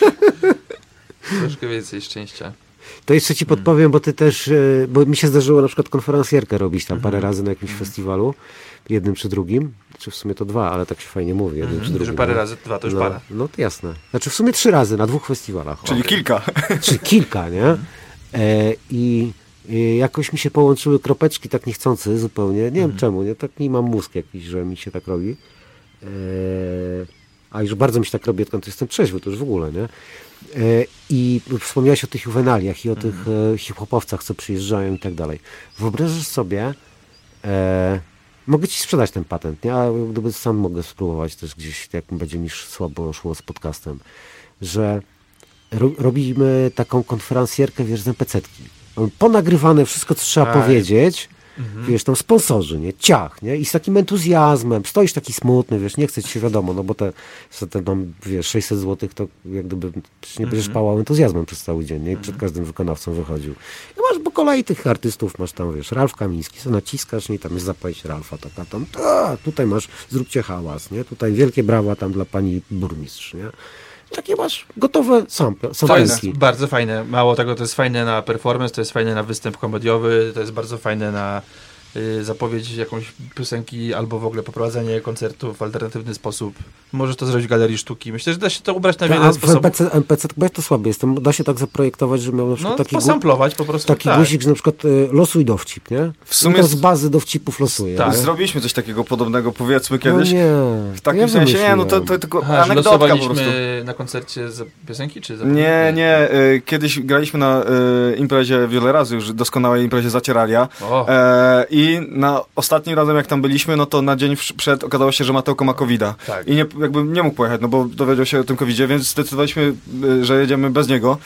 Troszkę więcej szczęścia. To jeszcze ci podpowiem, hmm. bo ty też, bo mi się zdarzyło na przykład konferencjerkę robić tam parę razy na jakimś hmm. festiwalu, jednym czy drugim, czy w sumie to dwa, ale tak się fajnie mówi, jednym hmm. czy drugim. Że parę no. razy, dwa to już no, para. No to jasne. Znaczy w sumie trzy razy na dwóch festiwalach. Czyli okay. kilka. Czyli kilka, nie? Hmm. E, I i jakoś mi się połączyły kropeczki tak niechcący zupełnie, nie wiem czemu, nie? Tak nie mam mózg jakiś, że mi się tak robi. E, a już bardzo mi się tak robi, odkąd jestem trzeźwy, to już w ogóle, nie? I wspomniałeś o tych juwenaliach i o tych e, hip-hopowcach, co przyjeżdżają i tak dalej. Wyobrażasz sobie, e, mogę ci sprzedać ten patent, nie? A gdyby sam mogę spróbować też gdzieś, jak będzie mi słabo szło z podcastem, że ro, robimy taką konferencjerkę, wiesz, z em pe ce-tki. Ponagrywane wszystko, co trzeba Aj. powiedzieć, mhm. wiesz, tam sponsorzy, nie? Ciach, nie? I z takim entuzjazmem, stoisz taki smutny, wiesz, nie chce ci się wiadomo, no bo te, te tam, wiesz, sześćset złotych to jak gdyby nie mhm. będziesz pałał entuzjazmem przez cały dzień, nie? I przed każdym wykonawcą wychodził. I masz po kolei tych artystów, masz tam, wiesz, Ralf Kamiński, co naciskasz, nie? I tam jest zapalić Ralfa, taka tam, ta, tutaj masz, zróbcie hałas, nie? Tutaj wielkie brawa tam dla pani burmistrz, nie? Takie masz gotowe sample. To jest bardzo fajne. Mało tego, to jest fajne na performance, to jest fajne na występ komediowy, to jest bardzo fajne na y, zapowiedź jakąś piosenki albo w ogóle poprowadzenie koncertu w alternatywny sposób. Możesz to zrobić w galerii sztuki. Myślę, że da się to ubrać na wiele a sposobów. M P C, M P C, bo ja to słaby jestem, da się tak zaprojektować, że miał na przykład no, taki, posamplować po prostu, taki tak. guzik, że na przykład y, losuj dowcip, nie? W sumie z bazy dowcipów losuje. Tak. Zrobiliśmy coś takiego podobnego, powiedzmy kiedyś. No nie. W takim ja sensie, nie, no to, to tylko Aha, anegdotka po prostu. na koncercie za piosenki, czy za Nie, nie. Y, kiedyś graliśmy na y, imprezie wiele razy, już doskonałej imprezie Zacieralia. E, I na ostatnim razem, jak tam byliśmy, no to na dzień przed okazało się, że Matełko ma kowida. Tak. I nie, jakby nie mógł pojechać, no bo dowiedział się o tym kowidzie, więc zdecydowaliśmy, y, że jedziemy bez niego.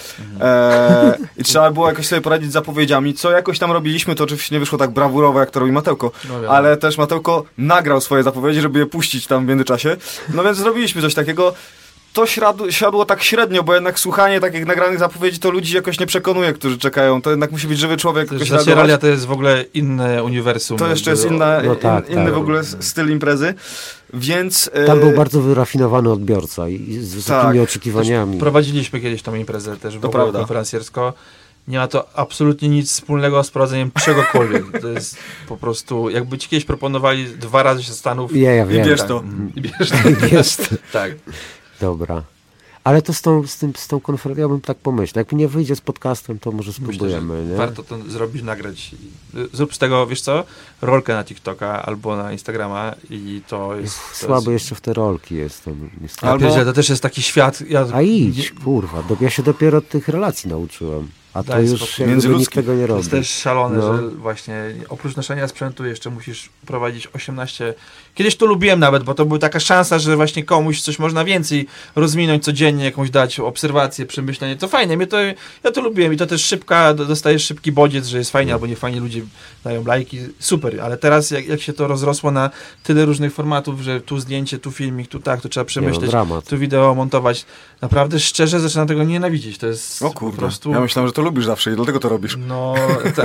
E, I trzeba było jakoś sobie poradzić z zapowiedziami. Co jakoś tam robiliśmy, to oczywiście nie wyszło tak brawurowo, jak to robi Matełko. No, ale też Matełko nagrał swoje zapowiedzi, żeby je puścić tam w międzyczasie. No więc zrobiliśmy coś takiego. To siadło, siadło tak średnio, bo jednak słuchanie takich nagranych zapowiedzi to ludzi jakoś nie przekonuje, którzy czekają. To jednak musi być żywy człowiek. Zacieralia to jest w ogóle inne uniwersum. To jeszcze jest inna, no tak, in, inny tak. w ogóle styl imprezy. Więc... Tam był bardzo wyrafinowany odbiorca i z wysokimi tak. oczekiwaniami. Też prowadziliśmy kiedyś tą imprezę też w ogóle konferencjersko. Nie ma to absolutnie nic wspólnego z prowadzeniem czegokolwiek. To jest po prostu, jakby ci kiedyś proponowali dwa razy się Stanów. Ja, ja wiem. I bierz tak. to. I bierz to. I bierz to. Tak. Dobra. Ale to z tą, z tym, z tą konferencją, ja bym tak pomyślał. Jak nie wyjdzie z podcastem, to może spróbujemy. Myślę, nie? Warto to zrobić, nagrać. Zrób z tego, wiesz co, rolkę na TikToka albo na Instagrama i to jest... To Słabo jest... jeszcze w te rolki jestem. Albo... To też jest taki świat... Ja... A idź, kurwa. Ja się dopiero od tych relacji nauczyłem. A to Daj już nikt tego nie robi. To jest też szalone, no. że właśnie oprócz noszenia sprzętu jeszcze musisz prowadzić osiemnaście... Kiedyś to lubiłem nawet, bo to była taka szansa, że właśnie komuś coś można więcej rozwinąć codziennie, jakąś dać obserwację, przemyślenie. To fajnie, mnie to, ja to lubiłem i to też szybka, dostajesz szybki bodziec, że jest fajnie no. albo nie fajnie, ludzie dają lajki, super, ale teraz jak, jak się to rozrosło na tyle różnych formatów, że tu zdjęcie, tu filmik, tu tak, tu trzeba przemyśleć, no, tu wideo montować, naprawdę szczerze zaczynam tego nienawidzić. To jest o kurde, po prostu... ja myślałem, że to lubisz zawsze i dlatego to robisz. No, tak.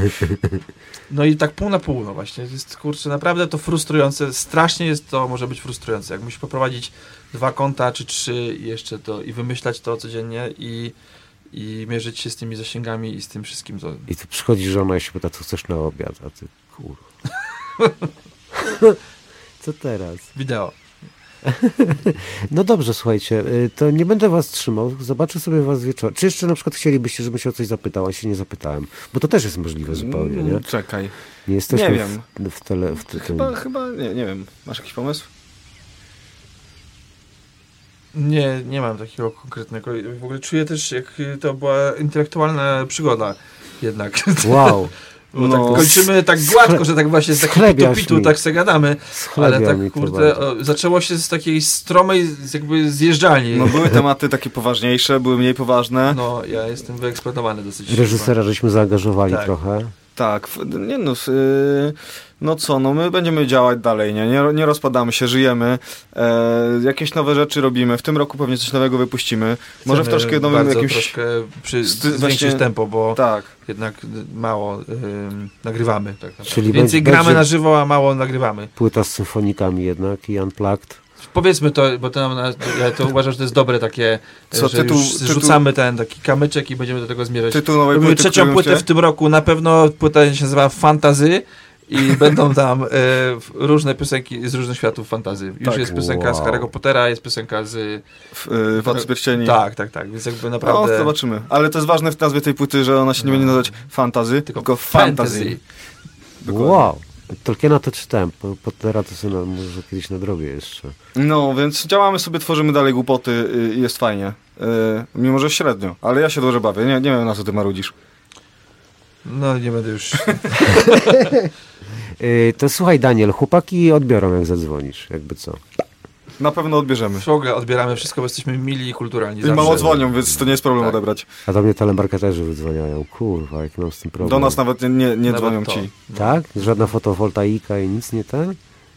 No i tak pół na pół, no właśnie. Jest, kurczę, naprawdę to frustrujące. Strasznie jest to, może być frustrujące. Jak musisz poprowadzić dwa konta, czy trzy i jeszcze to, i wymyślać to codziennie i, i mierzyć się z tymi zasięgami i z tym wszystkim. To... I tu przychodzi żona i się pyta, co chcesz na obiad, a ty, kurwa. Co teraz? Wideo. No dobrze, słuchajcie, to nie będę was trzymał, zobaczę sobie was wieczorem. Czy jeszcze na przykład chcielibyście, żebym się o coś zapytał, a się nie zapytałem? Bo to też jest możliwe zupełnie, nie? Czekaj. Nie jesteśmy nie wiem. w, w tele... W te, chyba, chyba nie, nie wiem. Masz jakiś pomysł? Nie, nie mam takiego konkretnego. W ogóle czuję też, jak to była intelektualna przygoda jednak. Wow. Bo no, tak kończymy tak gładko, że tak właśnie z takiego pitu tak se gadamy, ale tak kurde, o, zaczęło się z takiej stromej jakby zjeżdżalni. No były tematy takie poważniejsze, były mniej poważne. No ja jestem wyeksplodowany dosyć. Reżysera żeśmy zaangażowali tak. trochę. Tak, nie no, yy, no co, no my będziemy działać dalej, nie, nie, nie rozpadamy się, żyjemy, e, jakieś nowe rzeczy robimy, w tym roku pewnie coś nowego wypuścimy, chcemy może w troszkę nowym bardzo jakimś... troszkę przy, zwiększyć właśnie, tempo, bo tak. jednak mało y, nagrywamy. Tak Czyli więcej będzie, gramy na żywo, a mało nagrywamy. Płyta z symfonikami jednak i Unplugged. Powiedzmy to, bo to, nam, ja to uważam, że to jest dobre takie, Co, że tytuł, już zrzucamy ten taki kamyczek i będziemy do tego zmierzać. Tytuł nowej Robimy płyty, trzecią płytę się... w tym roku, na pewno płyta się nazywa Fantazy i będą tam e, różne piosenki z różnych światów fantazy. Już tak. jest piosenka Wow. z Harry'ego Pottera, jest piosenka z... W, Władcy Pierścieni. Tak, tak, tak, więc jakby naprawdę... No, zobaczymy. Ale to jest ważne w nazwie tej płyty, że ona się nie będzie nazywać fantasy, tylko, tylko fantasy. fantasy. Wow. Tolkiena to czytałem, Pottera to sobie na, może kiedyś nadrobię jeszcze. No, więc działamy sobie, tworzymy dalej głupoty i jest fajnie. Yy, mimo, że średnio, ale ja się dobrze bawię, nie, nie wiem na co ty marudzisz. No, nie będę już... yy, to słuchaj Daniel, chłopaki odbiorą jak zadzwonisz, jakby co. Na pewno odbierzemy. W ogóle odbieramy wszystko, bo jesteśmy mili i kulturalni. I mało dzwonią, więc to nie jest problem tak. odebrać. A do mnie telemarketerzy wydzwaniają, kurwa, jaki mam z tym problem. Do nas nawet nie, nie, nie Nawet dzwonią to. ci. No. Tak? Żadna fotowoltaika i nic nie ten?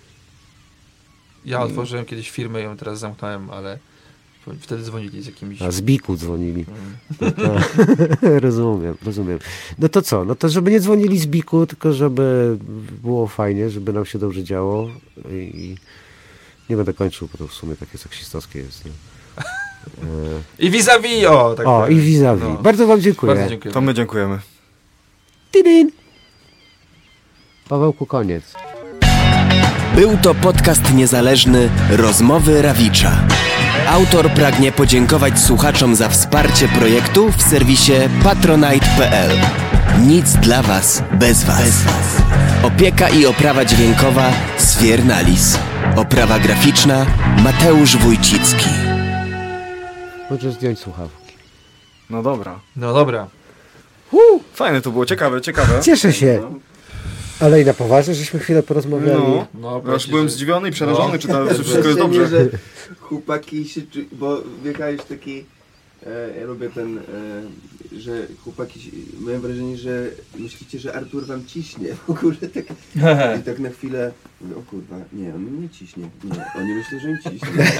Ja otworzyłem kiedyś firmę i ją teraz zamknąłem, ale wtedy dzwonili z jakimiś... A z Biku dzwonili. Mm. rozumiem, rozumiem. No to co? No to żeby nie dzwonili z Biku, tylko żeby było fajnie, żeby nam się dobrze działo i nie będę kończył, bo to w sumie takie seksistowskie jest. Nie? I vis-a-vis, o! Tak o, tak. i vis-a-vis. No. Bardzo wam dziękuję. Bardzo dziękuję. To my dziękujemy. Tidin. Pawełku, koniec. Był to podcast niezależny Rozmowy Rawicza. Autor pragnie podziękować słuchaczom za wsparcie projektu w serwisie patronite kropka p l. Nic dla was bez was. Opieka i oprawa dźwiękowa Sfiernalis. Oprawa graficzna Mateusz Wójcicki. Możesz zdjąć słuchawki. No dobra. No dobra. Fajne to było, ciekawe, ciekawe. Cieszę się. Ale i na poważnie, żeśmy chwilę porozmawiali. No, No, ja już byłem zdziwiony i przerażony, No. czy, tam, czy wszystko jest Wrażenie, dobrze. że chłopaki się, czu- bo wjechałeś taki, e, ja lubię ten, e, że chłopaki, się, miałem wrażenie, że myślicie, że Artur wam ciśnie w ogóle tak, i tak na chwilę, mówię, o kurwa, nie, on mi nie ciśnie, nie, oni myślą, że im ciśnie.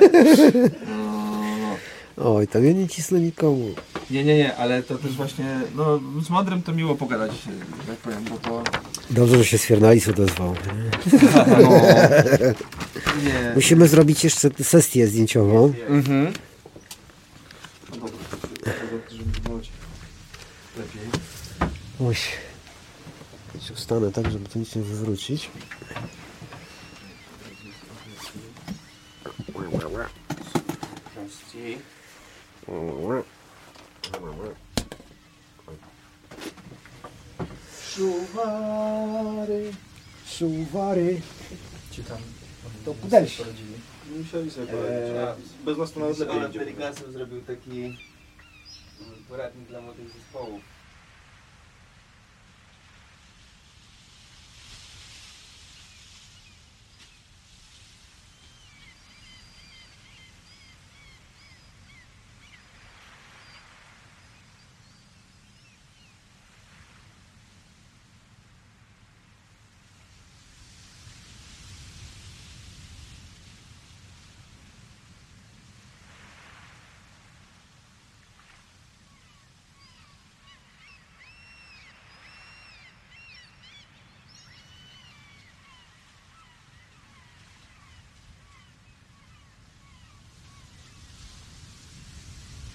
Oj, tam ja nie cisnę nikomu. Nie, nie, nie, ale to też właśnie, no z Mądrym to miło pogadać, tak powiem, bo to... Dobrze, że się Sfiernalis odezwał. No, nie. Musimy zrobić jeszcze sesję zdjęciową. Mhm. No dobra, żeby było lepiej. Oj. Się ustanę tak, żeby to nic nie wywrócić. Szuwary, szuwary. Ci tam... To pudelsi. Musieli sobie Eee, Bez nas to nawet lepiej Olaf idzie. Deligasov zrobił taki mm, poradnik dla młodych zespołów.